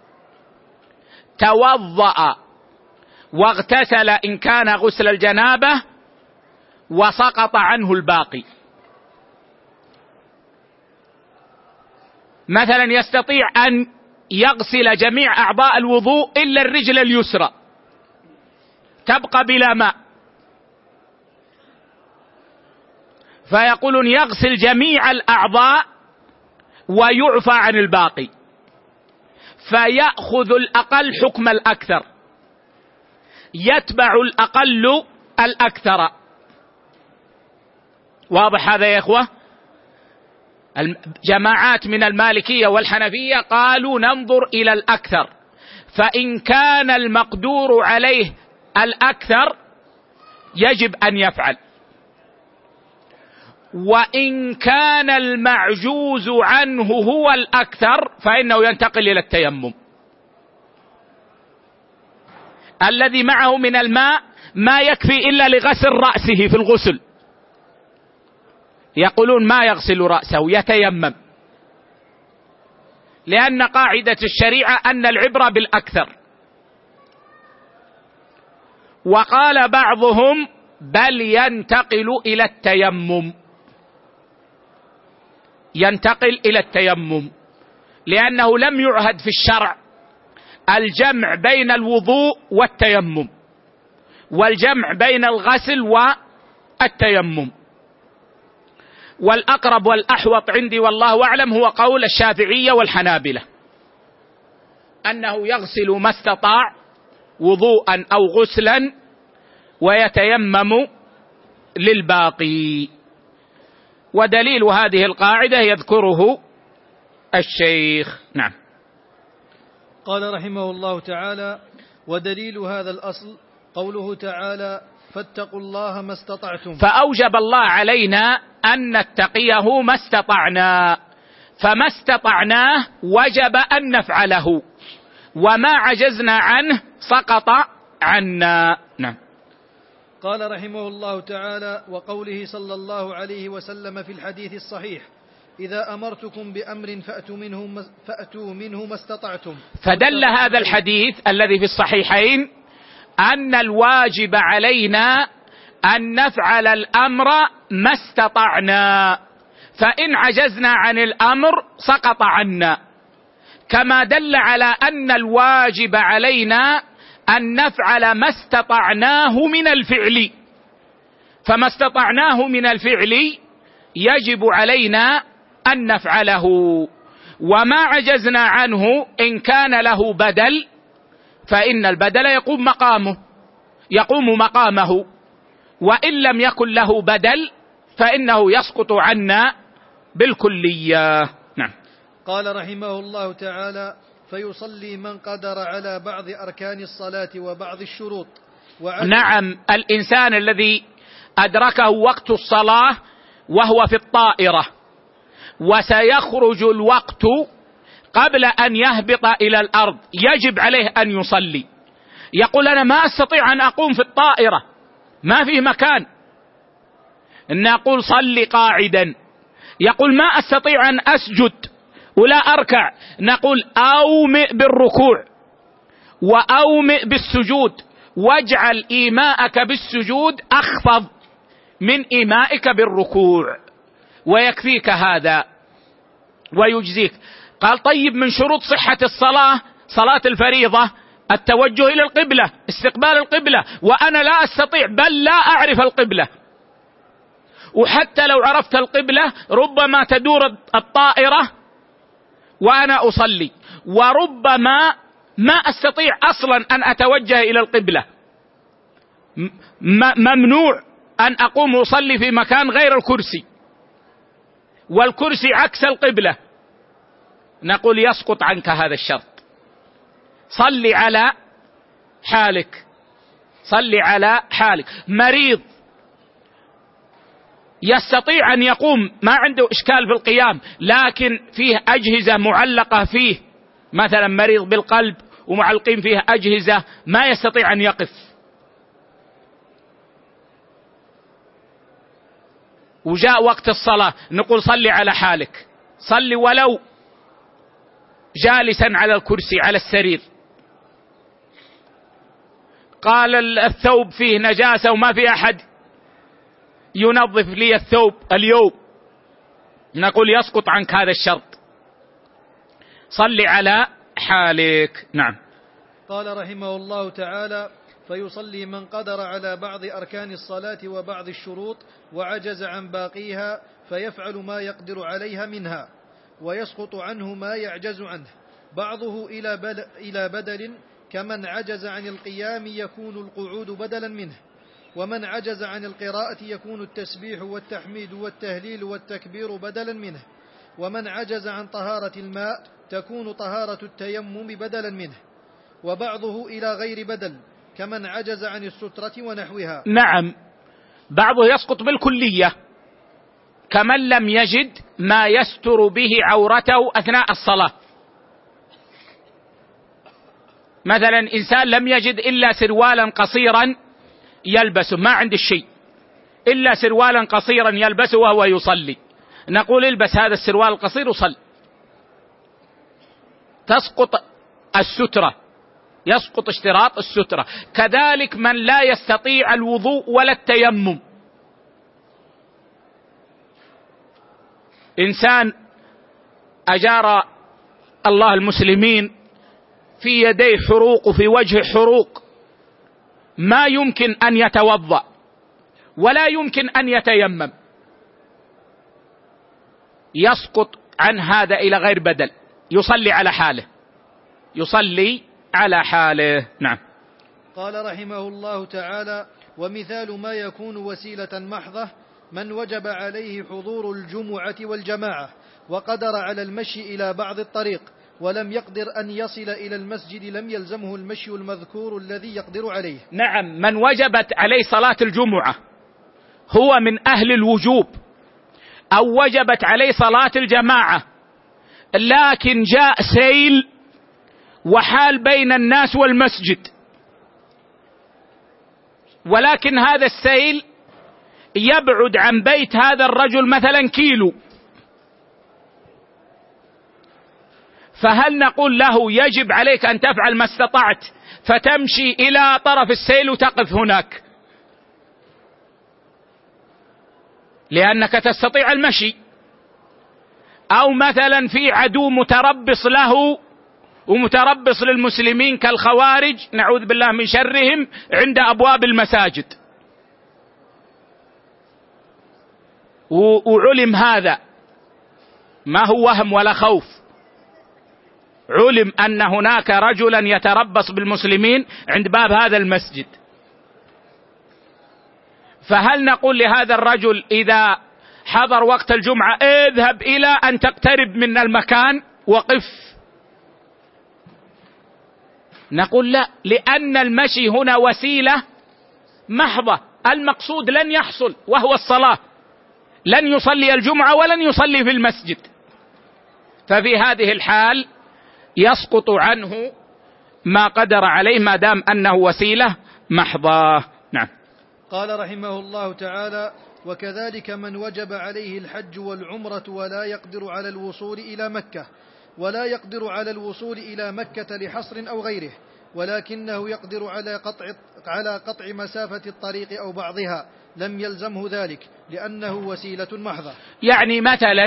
Speaker 1: توضأ واغتسل إن كان غسل الجنابة وسقط عنه الباقي. مثلا يستطيع أن يغسل جميع أعضاء الوضوء إلا الرجل اليسرى تبقى بلا ماء، فيقولون يغسل جميع الأعضاء ويعفى عن الباقي، فيأخذ الأقل حكم الأكثر، يتبع الأقل الأكثر. واضح هذا يا إخوة؟ الجماعات من المالكية والحنفية قالوا ننظر إلى الأكثر، فإن كان المقدور عليه الأكثر يجب أن يفعل، وإن كان المعجوز عنه هو الأكثر فإنه ينتقل إلى التيمم. الذي معه من الماء ما يكفي إلا لغسل رأسه في الغسل، يقولون ما يغسل رأسه يتيمم، لأن قاعدة الشريعة أن العبرة بالأكثر. وقال بعضهم بل ينتقل إلى التيمم، ينتقل إلى التيمم، لأنه لم يعهد في الشرع الجمع بين الوضوء والتيمم، والجمع بين الغسل والتيمم. والأقرب والأحوط عندي والله أعلم هو قول الشافعية والحنابلة، أنه يغسل ما استطاع وضوءا أو غسلا ويتيمم للباقي. ودليل هذه القاعدة يذكره الشيخ. نعم.
Speaker 2: قال رحمه الله تعالى: ودليل هذا الأصل قوله تعالى: فاتقوا الله ما استطعتم.
Speaker 1: فأوجب الله علينا أن نتقيه ما استطعنا، فما استطعناه وجب أن نفعله، وما عجزنا عنه سقط عنا. نعم.
Speaker 2: قال رحمه الله تعالى: وقوله صلى الله عليه وسلم في الحديث الصحيح: إذا أمرتكم بأمر فأتوا منه, فأتوا منه ما استطعتم.
Speaker 1: فدل هذا الحديث الذي في الصحيحين أن الواجب علينا أن نفعل الأمر ما استطعنا، فإن عجزنا عن الأمر سقط عنا، كما دل على أن الواجب علينا أن نفعل ما استطعناه من الفعل، فما استطعناه من الفعل يجب علينا أن نفعله، وما عجزنا عنه إن كان له بدل فإن البدل يقوم مقامه يقوم مقامه وإن لم يكن له بدل فإنه يسقط عنا بالكلية. نعم.
Speaker 2: قال رحمه الله تعالى: فيصلي من قدر على بعض أركان الصلاة وبعض الشروط.
Speaker 1: نعم، الإنسان الذي أدركه وقت الصلاة وهو في الطائرة وسيخرج الوقت قبل أن يهبط إلى الأرض يجب عليه أن يصلي. يقول: أنا ما أستطيع أن أقوم في الطائرة، ما فيه مكان. نقول: صلي قاعدا. يقول: ما أستطيع أن أسجد ولا أركع. نقول: أومئ بالركوع وأومئ بالسجود، واجعل إيماءك بالسجود أخفض من إيمائك بالركوع، ويكفيك هذا ويجزيك. قال: طيب، من شروط صحة الصلاة صلاة الفريضة التوجه إلى القبلة، استقبال القبلة، وأنا لا أستطيع بل لا أعرف القبلة، وحتى لو عرفت القبلة ربما تدور الطائرة وأنا أصلي، وربما ما أستطيع أصلا أن أتوجه إلى القبلة. ممنوع أن أقوم أصلي في مكان غير الكرسي، والكرسي عكس القبلة. نقول: يسقط عنك هذا الشرط، صلي على حالك، صلي على حالك. مريض يستطيع أن يقوم، ما عنده إشكال في القيام، لكن فيه أجهزة معلقة فيه، مثلا مريض بالقلب ومعلقين فيه أجهزة، ما يستطيع أن يقف، وجاء وقت الصلاة، نقول: صلي على حالك، صلي ولو جالسا على الكرسي على السرير. قال: الثوب فيه نجاسة وما في أحد ينظف لي الثوب اليوم. نقول: يسقط عنك هذا الشرط، صلي على حالك. نعم.
Speaker 2: قال رحمه الله تعالى: فيصلي من قدر على بعض أركان الصلاة وبعض الشروط وعجز عن باقيها فيفعل ما يقدر عليها منها، ويسقط عنه ما يعجز عنه، بعضه إلى بدل، كمن عجز عن القيام يكون القعود بدلا منه، ومن عجز عن القراءة يكون التسبيح والتحميد والتهليل والتكبير بدلا منه، ومن عجز عن طهارة الماء تكون طهارة التيمم بدلا منه، وبعضه إلى غير بدل، كمن عجز عن السترة ونحوها.
Speaker 1: نعم، بعضه يسقط بالكلية، كمن لم يجد ما يستر به عورته أثناء الصلاة. مثلا إنسان لم يجد إلا سروالا قصيرا يلبسه، ما عند الشيء إلا سروالا قصيرا يلبسه وهو يصلي، نقول: البس هذا السروال القصير وصل. تسقط السترة، يسقط اشتراط السترة. كذلك من لا يستطيع الوضوء ولا التيمم، إنسان أجار الله المسلمين في يديه حروق وفي وجهه حروق، ما يمكن أن يتوضأ ولا يمكن أن يتيمم، يسقط عن هذا إلى غير بدل، يصلي على حاله، يصلي على حاله. نعم.
Speaker 2: قال رحمه الله تعالى: ومثال ما يكون وسيلة محضة من وجب عليه حضور الجمعة والجماعة وقدر على المشي إلى بعض الطريق ولم يقدر أن يصل إلى المسجد لم يلزمه المشي المذكور الذي يقدر عليه.
Speaker 1: نعم، من وجبت عليه صلاة الجمعة هو من أهل الوجوب، أو وجبت عليه صلاة الجماعة، لكن جاء سيل وحال بين الناس والمسجد، ولكن هذا السيل يبعد عن بيت هذا الرجل مثلا كيلو، فهل نقول له يجب عليك أن تفعل ما استطعت فتمشي إلى طرف السيل وتقف هناك لأنك تستطيع المشي، أو مثلا في عدو متربص له ومتربص للمسلمين كالخوارج نعوذ بالله من شرهم عند أبواب المساجد، وعلم هذا، ما هو وهم ولا خوف، علم أن هناك رجلا يتربص بالمسلمين عند باب هذا المسجد، فهل نقول لهذا الرجل إذا حضر وقت الجمعة اذهب إلى أن تقترب من المكان وقف؟ نقول لا، لأن المشي هنا وسيلة محضة، المقصود لن يحصل وهو الصلاة، لن يصلي الجمعة ولن يصلي في المسجد، ففي هذه الحال يسقط عنه ما قدر عليه ما دام أنه وسيلة محضة. نعم.
Speaker 2: قال رحمه الله تعالى: وكذلك من وجب عليه الحج والعمرة ولا يقدر على الوصول إلى مكة ولا يقدر على الوصول إلى مكة لحصر أو غيره، ولكنه يقدر على قطع على قطع مسافة الطريق أو بعضها لم يلزمه ذلك لأنه وسيلة محضة.
Speaker 1: يعني مثلا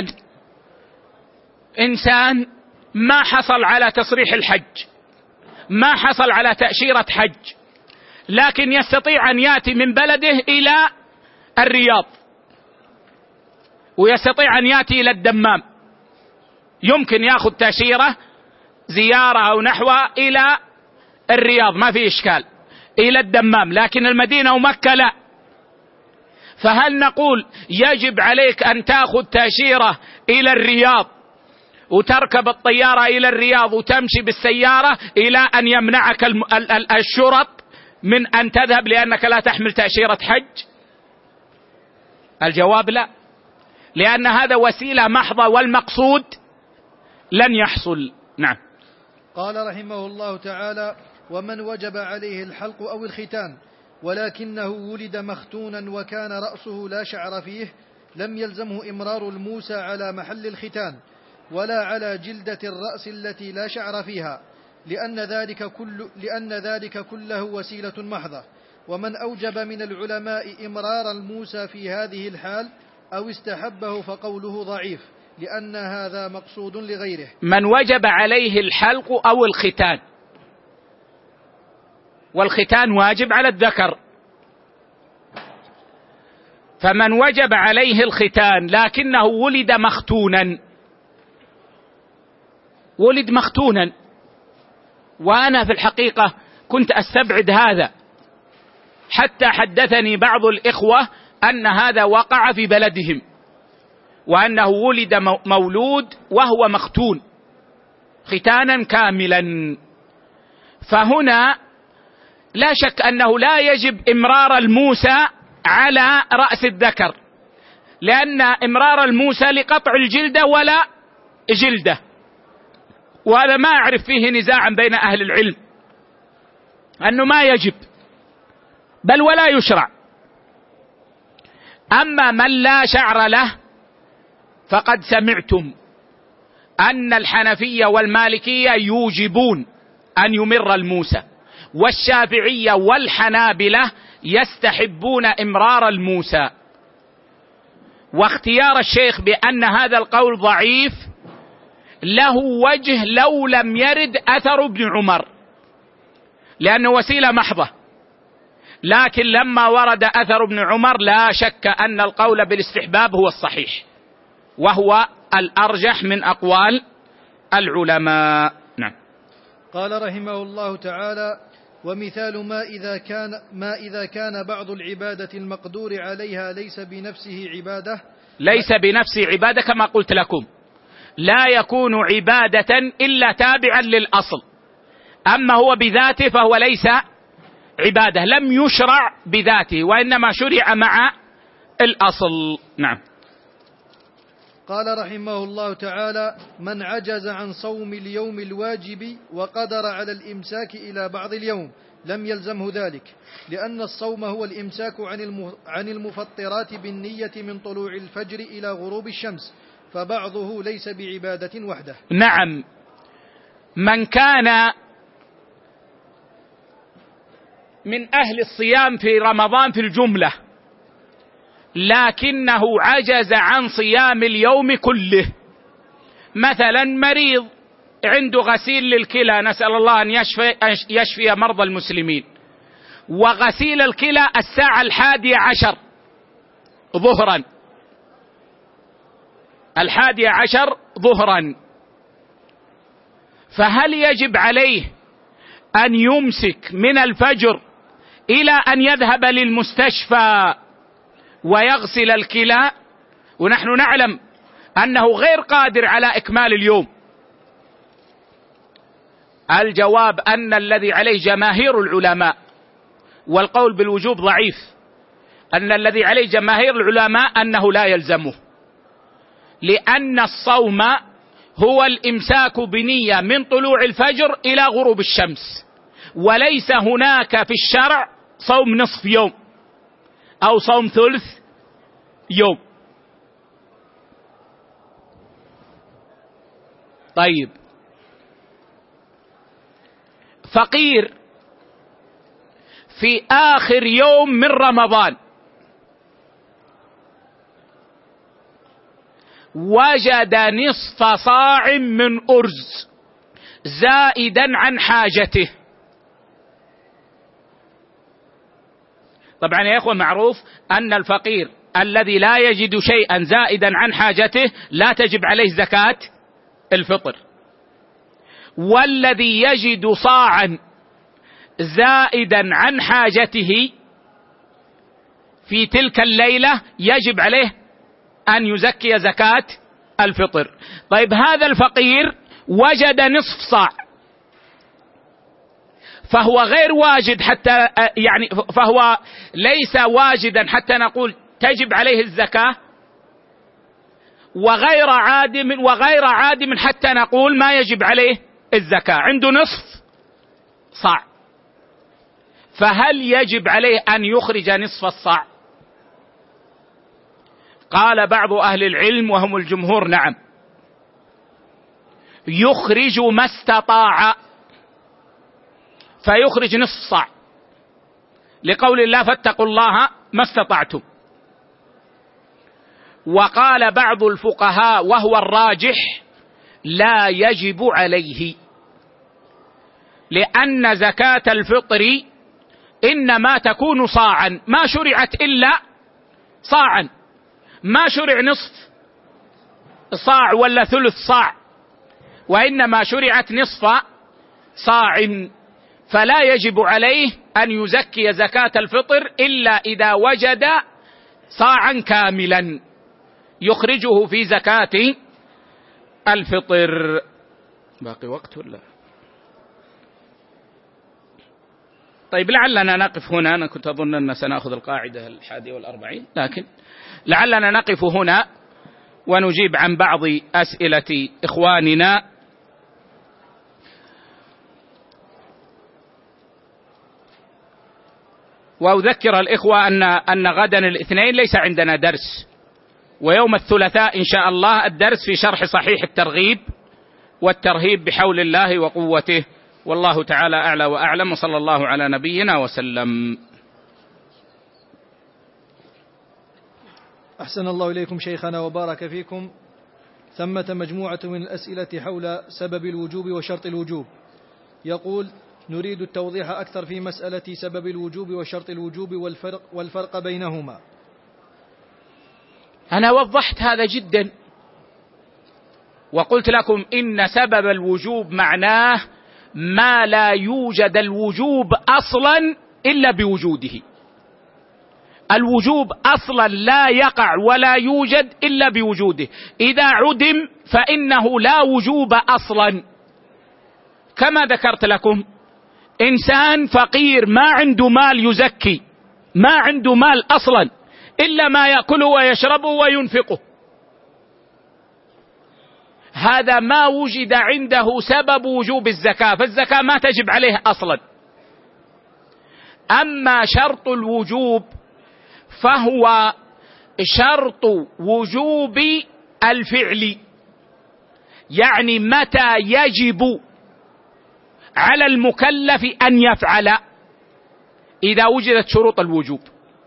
Speaker 1: إنسان ما حصل على تصريح الحج، ما حصل على تأشيرة حج، لكن يستطيع أن يأتي من بلده إلى الرياض ويستطيع أن يأتي إلى الدمام، يمكن يأخذ تأشيرة زيارة أو نحوها إلى الرياض ما في إشكال، إلى الدمام، لكن المدينة ومكة لا. فهل نقول يجب عليك أن تأخذ تأشيرة إلى الرياض وتركب الطيارة إلى الرياض وتمشي بالسيارة إلى أن يمنعك الشرط من أن تذهب لأنك لا تحمل تأشيرة حج؟ الجواب لا، لأن هذا وسيلة محضة والمقصود لن يحصل. نعم.
Speaker 2: قال رحمه الله تعالى: ومن وجب عليه الحلق أو الختان ولكنه ولد مختونا وكان رأسه لا شعر فيه لم يلزمه إمرار الموسى على محل الختان ولا على جلدة الرأس التي لا شعر فيها، لأن ذلك, كل لأن ذلك كله وسيلة محضة. ومن أوجب من العلماء إمرار الموسى في هذه الحال أو استحبه فقوله ضعيف، لأن هذا مقصود لغيره.
Speaker 1: من وجب عليه الحلق أو الختان، والختان واجب على الذكر، فمن وجب عليه الختان لكنه ولد مختونا، ولد مختونا، وأنا في الحقيقة كنت أستبعد هذا حتى حدثني بعض الإخوة أن هذا وقع في بلدهم، وأنه ولد مولود وهو مختون ختانا كاملا. فهنا لا شك أنه لا يجب إمرار الموسى على رأس الذكر، لأن إمرار الموسى لقطع الجلدة ولا جلدة، وهذا ما أعرف فيه نزاعا بين أهل العلم أنه ما يجب بل ولا يشرع. أما من لا شعر له فقد سمعتم أن الحنفية والمالكية يوجبون أن يمر الموسى، والشافعية والحنابلة يستحبون إمرار الموسى. واختيار الشيخ بأن هذا القول ضعيف له وجه لو لم يرد أثر ابن عمر، لأنه وسيلة محضة، لكن لما ورد أثر ابن عمر لا شك أن القول بالاستحباب هو الصحيح، وهو الأرجح من أقوال العلماء. نعم.
Speaker 2: قال رحمه الله تعالى: ومثال ما إذا كان, ما إذا كان بعض العبادة المقدور عليها ليس بنفسه عبادة
Speaker 1: ليس بنفسه عبادة كما قلت لكم، لا يكون عبادة إلا تابعا للأصل، أما هو بذاته فهو ليس عبادة، لم يشرع بذاته وإنما شرع مع الأصل. نعم.
Speaker 2: قال رحمه الله تعالى: من عجز عن صوم اليوم الواجب وقدر على الإمساك إلى بعض اليوم لم يلزمه ذلك، لأن الصوم هو الإمساك عن المفطرات بالنية من طلوع الفجر إلى غروب الشمس، فبعضه ليس بعبادة وحده.
Speaker 1: نعم. من كان من أهل الصيام في رمضان في الجملة لكنه عجز عن صيام اليوم كله، مثلا مريض عنده غسيل للكلى، نسأل الله أن يشفي, يشفي مرضى المسلمين، وغسيل الكلى الساعة الحادية عشر ظهرا، الحادية عشر ظهرا، فهل يجب عليه أن يمسك من الفجر إلى أن يذهب للمستشفى ويغسل الكلى؟ ونحن نعلم أنه غير قادر على إكمال اليوم. الجواب أن الذي عليه جماهير العلماء، والقول بالوجوب ضعيف، أن الذي عليه جماهير العلماء أنه لا يلزمه، لأن الصوم هو الإمساك بنية من طلوع الفجر إلى غروب الشمس، وليس هناك في الشرع صوم نصف يوم أو صوم ثلث يوم. طيب، فقير في آخر يوم من رمضان وجد نصف صاع من أرز زائدا عن حاجته. طبعا يا إخوة معروف أن الفقير الذي لا يجد شيئا زائدا عن حاجته لا تجب عليه زكاة الفطر، والذي يجد صاعا زائدا عن حاجته في تلك الليلة يجب عليه أن يزكي زكاة الفطر. طيب، هذا الفقير وجد نصف صاع، فهو غير واجد حتى يعني فهو ليس واجدا حتى نقول تجب عليه الزكاة، وغير عادم وغير عادم حتى نقول ما يجب عليه الزكاة، عنده نصف صاع، فهل يجب عليه أن يخرج نصف الصاع؟ قال بعض أهل العلم وهم الجمهور: نعم، يخرج ما استطاع، فيخرج نصف صاع، لقول الله: فاتقوا الله ما استطعتم. وقال بعض الفقهاء وهو الراجح: لا يجب عليه، لأن زكاة الفطر إنما تكون صاعا، ما شرعت إلا صاعا، ما شرع نصف صاع ولا ثلث صاع، وإنما شرعت نصف صاع، فلا يجب عليه أن يزكي زكاة الفطر إلا إذا وجد صاعا كاملا يخرجه في زكاة الفطر. باقي وقت ولا؟ طيب، لعلنا نقف هنا. أنا كنت أظن أن سنأخذ القاعدة الحادية والأربعين، لكن لعلنا نقف هنا ونجيب عن بعض أسئلة إخواننا. وأذكر الإخوة أن أن غدا الاثنين ليس عندنا درس، ويوم الثلاثاء إن شاء الله الدرس في شرح صحيح الترغيب والترهيب بحول الله وقوته، والله تعالى أعلى وأعلم، وصلى الله على نبينا وسلم.
Speaker 2: أحسن الله إليكم شيخنا وبارك فيكم. ثمة مجموعة من الأسئلة حول سبب الوجوب وشرط الوجوب. يقول: نريد التوضيح أكثر في مسألة سبب الوجوب وشرط الوجوب والفرق, والفرق بينهما.
Speaker 1: أنا وضحت هذا جدا، وقلت لكم إن سبب الوجوب معناه ما لا يوجد الوجوب أصلا إلا بوجوده. الوجوب أصلا لا يقع ولا يوجد إلا بوجوده، إذا عدم فإنه لا وجوب أصلا. كما ذكرت لكم، إنسان فقير ما عنده مال يزكي، ما عنده مال أصلا إلا ما يأكله ويشربه وينفقه، هذا ما وجد عنده سبب وجوب الزكاة، فالزكاة ما تجب عليه أصلا. أما شرط الوجوب فهو شرط وجوب الفعل، يعني متى يجب على المكلف أن يفعل، إذا وجدت شروط الوجوب،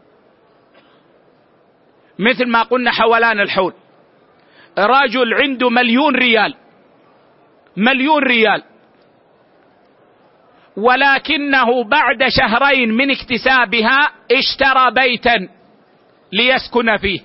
Speaker 1: مثل ما قلنا حولان الحول. رجل عنده مليون ريال مليون ريال ولكنه بعد شهرين من اكتسابها اشترى بيتا ليسكن فيه،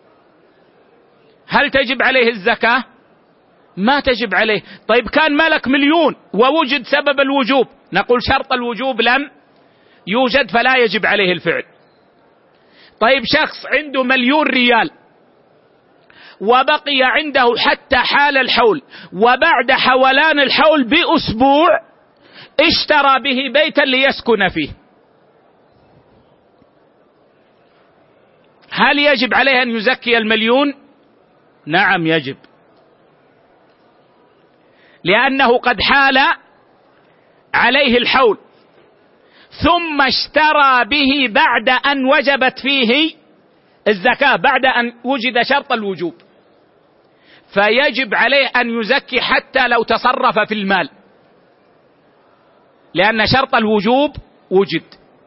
Speaker 1: هل تجب عليه الزكاة؟ ما تجب عليه. طيب كان ملك مليون ووجد سبب الوجوب، نقول شرط الوجوب لم يوجد فلا يجب عليه الفعل. طيب شخص عنده مليون ريال وبقي عنده حتى حال الحول، وبعد حولان الحول بأسبوع اشترى به بيتا ليسكن فيه، هل يجب عليه أن يزكي المليون؟ نعم يجب، لأنه قد حال عليه الحول ثم اشترى به بعد أن وجبت فيه الزكاة، بعد أن وجد شرط الوجوب، فيجب عليه أن يزكي حتى لو تصرف في المال، لأن شرط الوجوب وجد.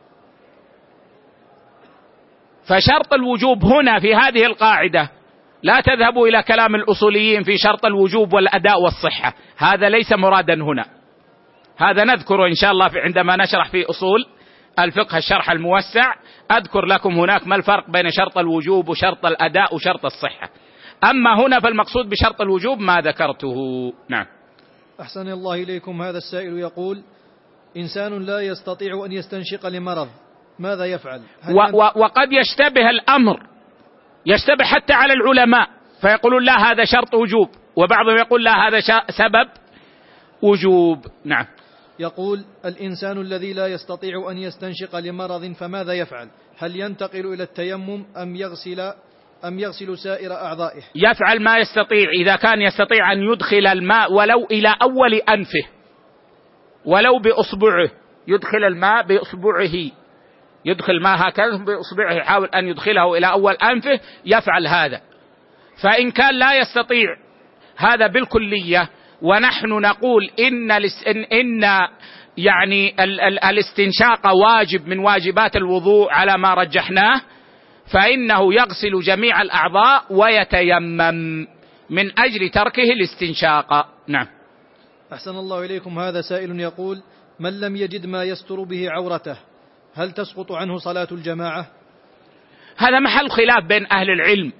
Speaker 1: فشرط الوجوب هنا في هذه القاعدة، لا تذهبوا إلى كلام الأصوليين في شرط الوجوب والأداء والصحة، هذا ليس مرادا هنا، هذا نذكره إن شاء الله عندما نشرح في أصول الفقه الشرح الموسع، أذكر لكم هناك ما الفرق بين شرط الوجوب وشرط الأداء وشرط الصحة. أما هنا فالمقصود بشرط الوجوب ما ذكرته. نعم.
Speaker 2: أحسن الله إليكم. هذا السائل يقول: إنسان لا يستطيع أن يستنشق لمرض، ماذا يفعل؟
Speaker 1: و- و- وقد يشتبه الأمر، يشتبه حتى على العلماء، فيقولون لا هذا شرط وجوب، وبعضهم يقول لا هذا سبب وجوب. نعم.
Speaker 2: يقول: الإنسان الذي لا يستطيع أن يستنشق لمرض فماذا يفعل؟ هل ينتقل إلى التيمم أم يغسل أم يغسل سائر أعضائه؟
Speaker 1: يفعل ما يستطيع، إذا كان يستطيع أن يدخل الماء ولو إلى أول أنفه، ولو بأصبعه، يدخل الماء بأصبعه، يدخل ماء هكذا بأصبعه، يحاول أن يدخله إلى أول أنفه، يفعل هذا. فإن كان لا يستطيع هذا بالكلية، ونحن نقول إن إن, إن يعني ال ال الاستنشاق واجب من واجبات الوضوء على ما رجحناه، فإنه يغسل جميع الأعضاء ويتيمم من أجل تركه الاستنشاق. نعم.
Speaker 2: أحسن الله إليكم. هذا سائل يقول: من لم يجد ما يستر به عورته هل تسقط عنه صلاة الجماعة؟
Speaker 1: هذا محل خلاف بين أهل العلم،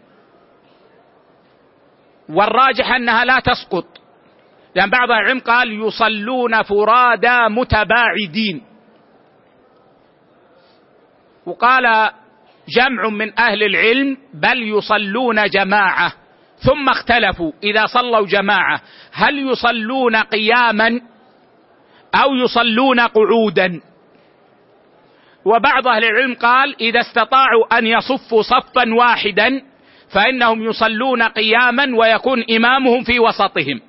Speaker 1: والراجح أنها لا تسقط، لأن بعض العلم قال يصلون فرادى متباعدين، وقال جمع من أهل العلم بل يصلون جماعة، ثم اختلفوا إذا صلوا جماعة هل يصلون قياما أو يصلون قعودا. وبعض أهل العلم قال إذا استطاعوا أن يصفوا صفا واحدا فإنهم يصلون قياما ويكون إمامهم في وسطهم،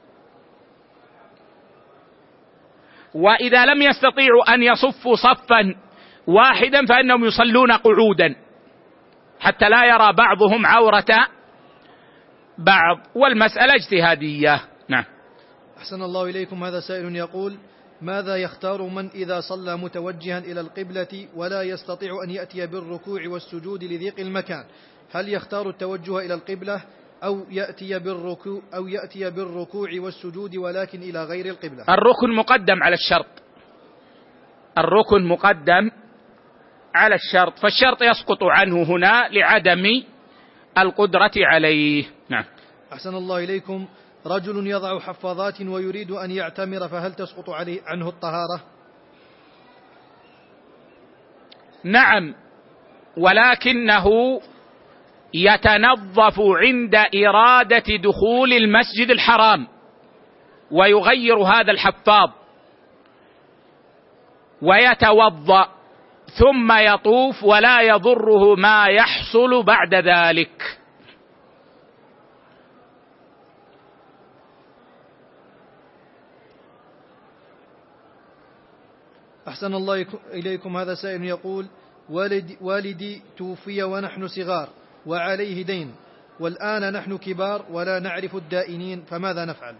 Speaker 1: وإذا لم يستطيعوا أن يصفوا صفا واحدا فإنهم يصلون قعودا حتى لا يرى بعضهم عورة بعض، والمسألة اجتهادية. نعم.
Speaker 2: أحسن الله إليكم. هذا سائل يقول: ماذا يختار من إذا صلى متوجها إلى القبلة ولا يستطيع أن يأتي بالركوع والسجود لضيق المكان؟ هل يختار التوجه إلى القبلة أو يأتي بالركوع أو يأتي بالركوع والسجود ولكن إلى غير القبلة؟
Speaker 1: الركن مقدم على الشرط، الركن مقدم على الشرط، فالشرط يسقط عنه هنا لعدم القدرة عليه. نعم.
Speaker 2: أحسن الله إليكم. رجل يضع حفاظات ويريد أن يعتمر فهل تسقط عليه عنه الطهارة؟
Speaker 1: نعم، ولكنه يتنظف عند إرادة دخول المسجد الحرام ويغير هذا الحفاظ ويتوضأ ثم يطوف ولا يضره ما يحصل بعد ذلك.
Speaker 2: أحسن الله إليكم. هذا سائل يقول: والدي, والدي توفي ونحن صغار وعليه دين، والآن نحن كبار ولا نعرف الدائنين، فماذا نفعل؟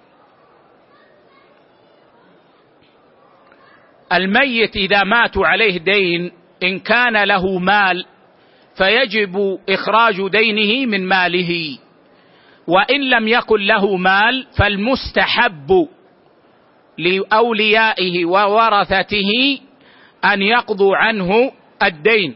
Speaker 1: الميت إذا مات عليه دين إن كان له مال فيجب إخراج دينه من ماله، وإن لم يكن له مال فالمستحب لأوليائه وورثته أن يقضوا عنه الدين.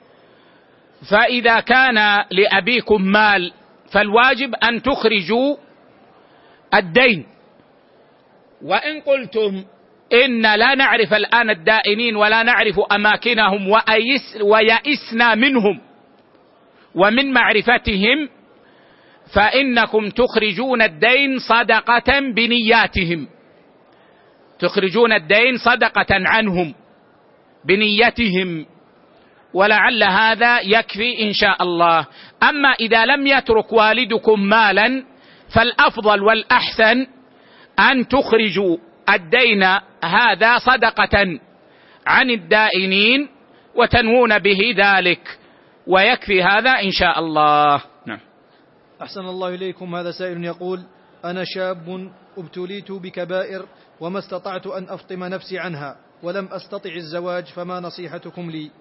Speaker 1: فإذا كان لأبيكم مال فالواجب أن تخرجوا الدين، وإن قلتم إن لا نعرف الآن الدائنين ولا نعرف أماكنهم ويئسنا منهم ومن معرفتهم، فإنكم تخرجون الدين صدقة بنياتهم، تخرجون الدين صدقة عنهم بنيتهم، ولعل هذا يكفي إن شاء الله. أما إذا لم يترك والدكم مالا فالأفضل والأحسن أن تخرجوا الدين هذا صدقة عن الدائنين وتنوون به ذلك، ويكفي هذا إن شاء الله. نعم.
Speaker 2: أحسن الله إليكم. هذا سائل يقول: أنا شاب ابتليت بكبائر وما استطعت أن أفطم نفسي عنها ولم أستطع الزواج، فما نصيحتكم لي؟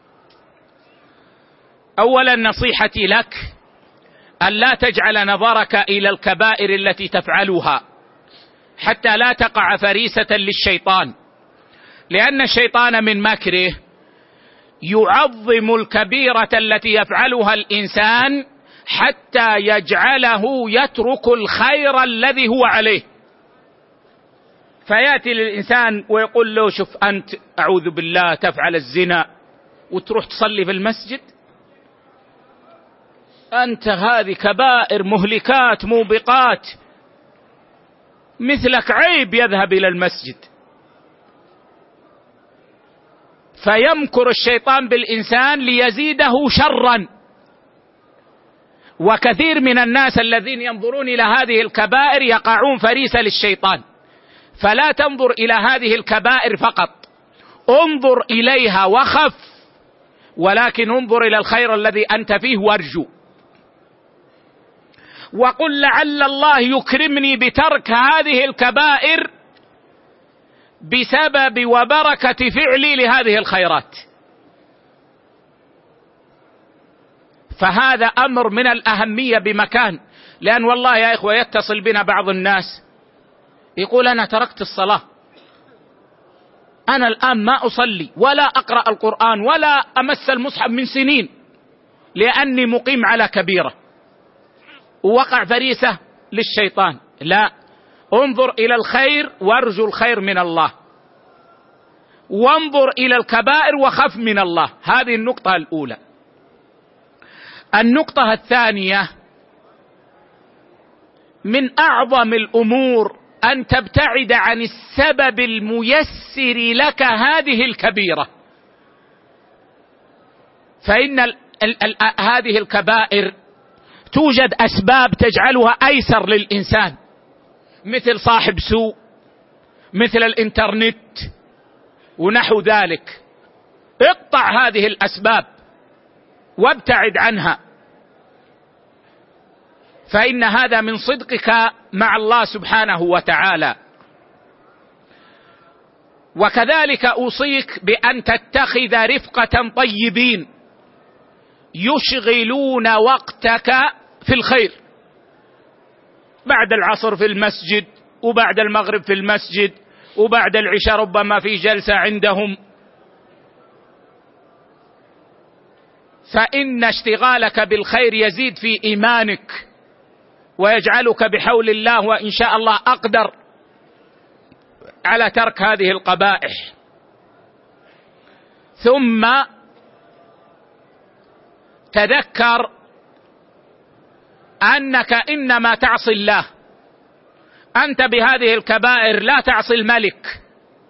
Speaker 1: أولا نصيحتي لك أن لا تجعل نظرك إلى الكبائر التي تفعلها حتى لا تقع فريسة للشيطان، لأن الشيطان من مكره يعظم الكبيرة التي يفعلها الإنسان حتى يجعله يترك الخير الذي هو عليه، فيأتي للإنسان ويقول له: شوف أنت أعوذ بالله تفعل الزنا وتروح تصلي في المسجد، أنت هذه كبائر مهلكات موبقات، مثلك عيب يذهب إلى المسجد. فيمكر الشيطان بالإنسان ليزيده شرا، وكثير من الناس الذين ينظرون إلى هذه الكبائر يقعون فريسة للشيطان. فلا تنظر إلى هذه الكبائر فقط، انظر إليها وخف، ولكن انظر إلى الخير الذي أنت فيه وارجو، وقل لعل الله يكرمني بترك هذه الكبائر بسبب وبركة فعلي لهذه الخيرات. فهذا أمر من الأهمية بمكان، لأن والله يا إخوة يتصل بنا بعض الناس يقول: أنا تركت الصلاة، أنا الآن ما أصلي ولا أقرأ القرآن ولا أمس المصحف من سنين لأني مقيم على كبيرة، ووقع فريسة للشيطان. لا، انظر إلى الخير وارجو الخير من الله، وانظر إلى الكبائر وخف من الله. هذه النقطة الأولى. النقطة الثانية: من أعظم الأمور أن تبتعد عن السبب الميسر لك هذه الكبيرة، فإن ال ال ال هذه الكبائر توجد أسباب تجعلها أيسر للإنسان، مثل صاحب سوء، مثل الإنترنت ونحو ذلك. اقطع هذه الأسباب وابتعد عنها، فإن هذا من صدقك مع الله سبحانه وتعالى. وكذلك أوصيك بأن تتخذ رفقة طيبين يشغلون وقتك في الخير، بعد العصر في المسجد، وبعد المغرب في المسجد، وبعد العشاء ربما في جلسة عندهم، فإن اشتغالك بالخير يزيد في إيمانك ويجعلك بحول الله وإن شاء الله أقدر على ترك هذه القبائح. ثم تذكر أنك إنما تعصي الله، أنت بهذه الكبائر لا تعصي الملك،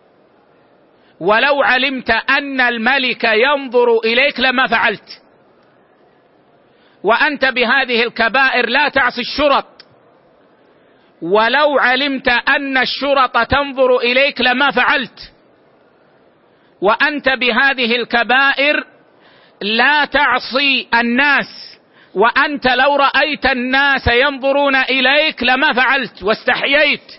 Speaker 1: ولو علمت أن الملك ينظر إليك لما فعلت. وأنت بهذه الكبائر لا تعصي الشرط، ولو علمت أن الشرط تنظر إليك لما فعلت. وأنت بهذه الكبائر لا تعصي الناس، وأنت لو رأيت الناس ينظرون إليك لما فعلت واستحييت.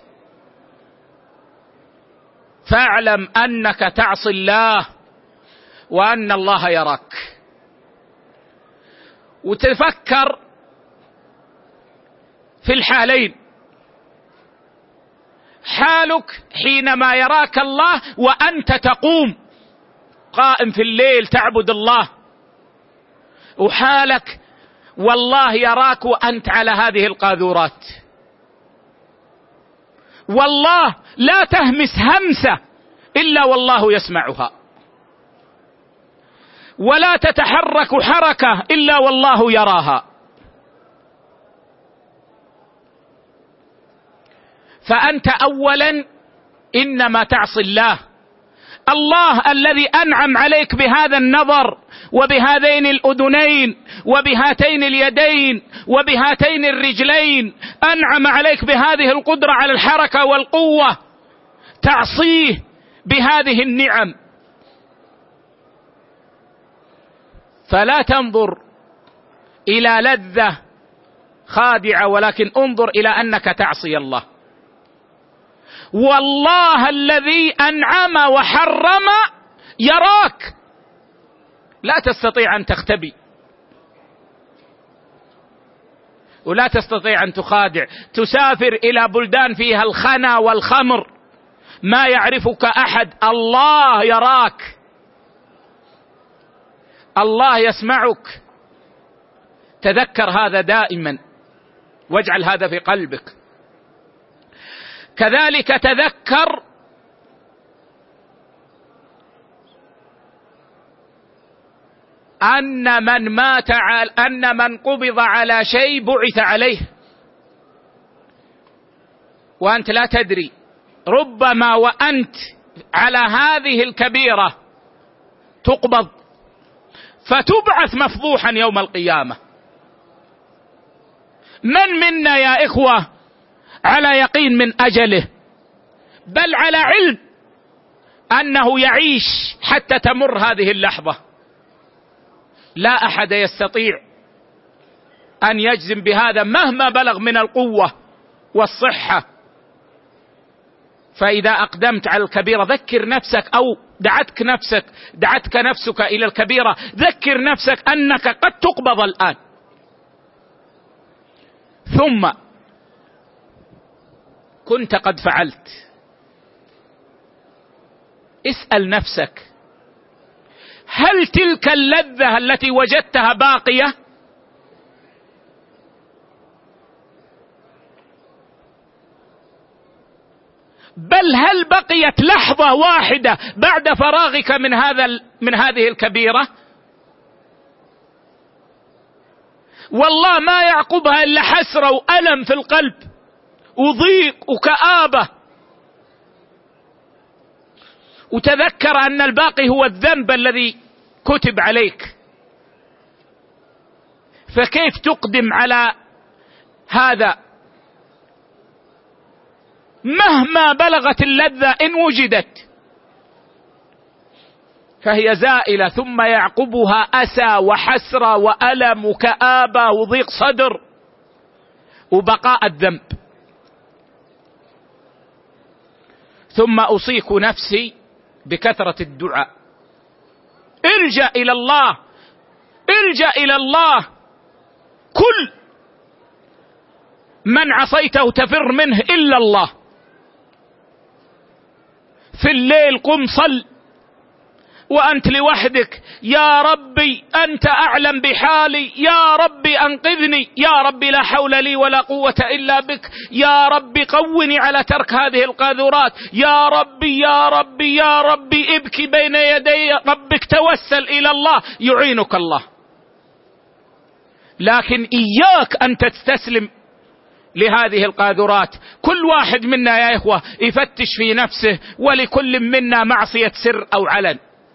Speaker 1: فاعلم أنك تعصي الله وأن الله يراك. وتفكر في الحالين، حالك حينما يراك الله وأنت تقوم قائم في الليل تعبد الله، وحالك والله يراك وأنت على هذه القاذورات. والله لا تهمس همسة إلا والله يسمعها، ولا تتحرك حركة إلا والله يراها. فأنت أولا إنما تعصي الله، الله الذي أنعم عليك بهذا النظر وبهذين الأذنين وبهاتين اليدين وبهاتين الرجلين، أنعم عليك بهذه القدرة على الحركة والقوة، تعصيه بهذه النعم. فلا تنظر إلى لذة خادعة، ولكن انظر إلى أنك تعصي الله. والله الذي أنعم وحرم يراك، لا تستطيع أن تختبي ولا تستطيع أن تخادع. تسافر إلى بلدان فيها الخنا والخمر ما يعرفك أحد، الله يراك، الله يسمعك. تذكر هذا دائما واجعل هذا في قلبك. كذلك تذكر أن من مات على أن من قبض على شيء بعث عليه، وأنت لا تدري، ربما وأنت على هذه الكبيرة تقبض فتبعث مفضوحا يوم القيامة. من منا يا إخوة على يقين من أجله، بل على علم أنه يعيش حتى تمر هذه اللحظة؟ لا أحد يستطيع أن يجزم بهذا مهما بلغ من القوة والصحة. فإذا أقدمت على الكبيرة ذكر نفسك، أو دعتك نفسك دعتك نفسك إلى الكبيرة، ذكر نفسك أنك قد تقبض الآن. ثم كنت قد فعلت، اسأل نفسك هل تلك اللذة التي وجدتها باقية؟ بل هل بقيت لحظة واحدة بعد فراغك من هذا من هذه الكبيرة؟ والله ما يعقبها إلا حسرة وألم في القلب وضيق وكآبة. وتذكر أن الباقي هو الذنب الذي كتب عليك. فكيف تقدم على هذا مهما بلغت اللذة إن وجدت فهي زائلة، ثم يعقبها أسى وحسرة وألم وكآبة وضيق صدر وبقاء الذنب. ثم أوصيك نفسي بكثرة الدعاء. الجأ إلى الله، الجأ إلى الله. كل من عصيته تفر منه إلا الله. في الليل قم صل، وأنت لوحدك. يا ربي أنت أعلم بحالي، يا ربي أنقذني، يا ربي لا حول لي ولا قوة إلا بك، يا ربي قوني على ترك هذه القاذورات، يا ربي يا ربي يا ربي ابكي بين يدي ربك، توسل إلى الله يعينك الله. لكن إياك أن تستسلم لهذه القاذورات. كل واحد منا يا إخوة يفتش في نفسه، ولكل منا معصية سر أو علن،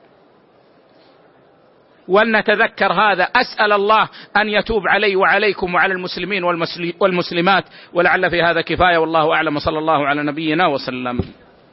Speaker 1: ولنتذكر هذا. أسأل الله أن يتوب علي وعليكم وعلى المسلمين والمسلمات، ولعل في هذا كفاية، والله أعلم، صلى الله على نبينا وسلم.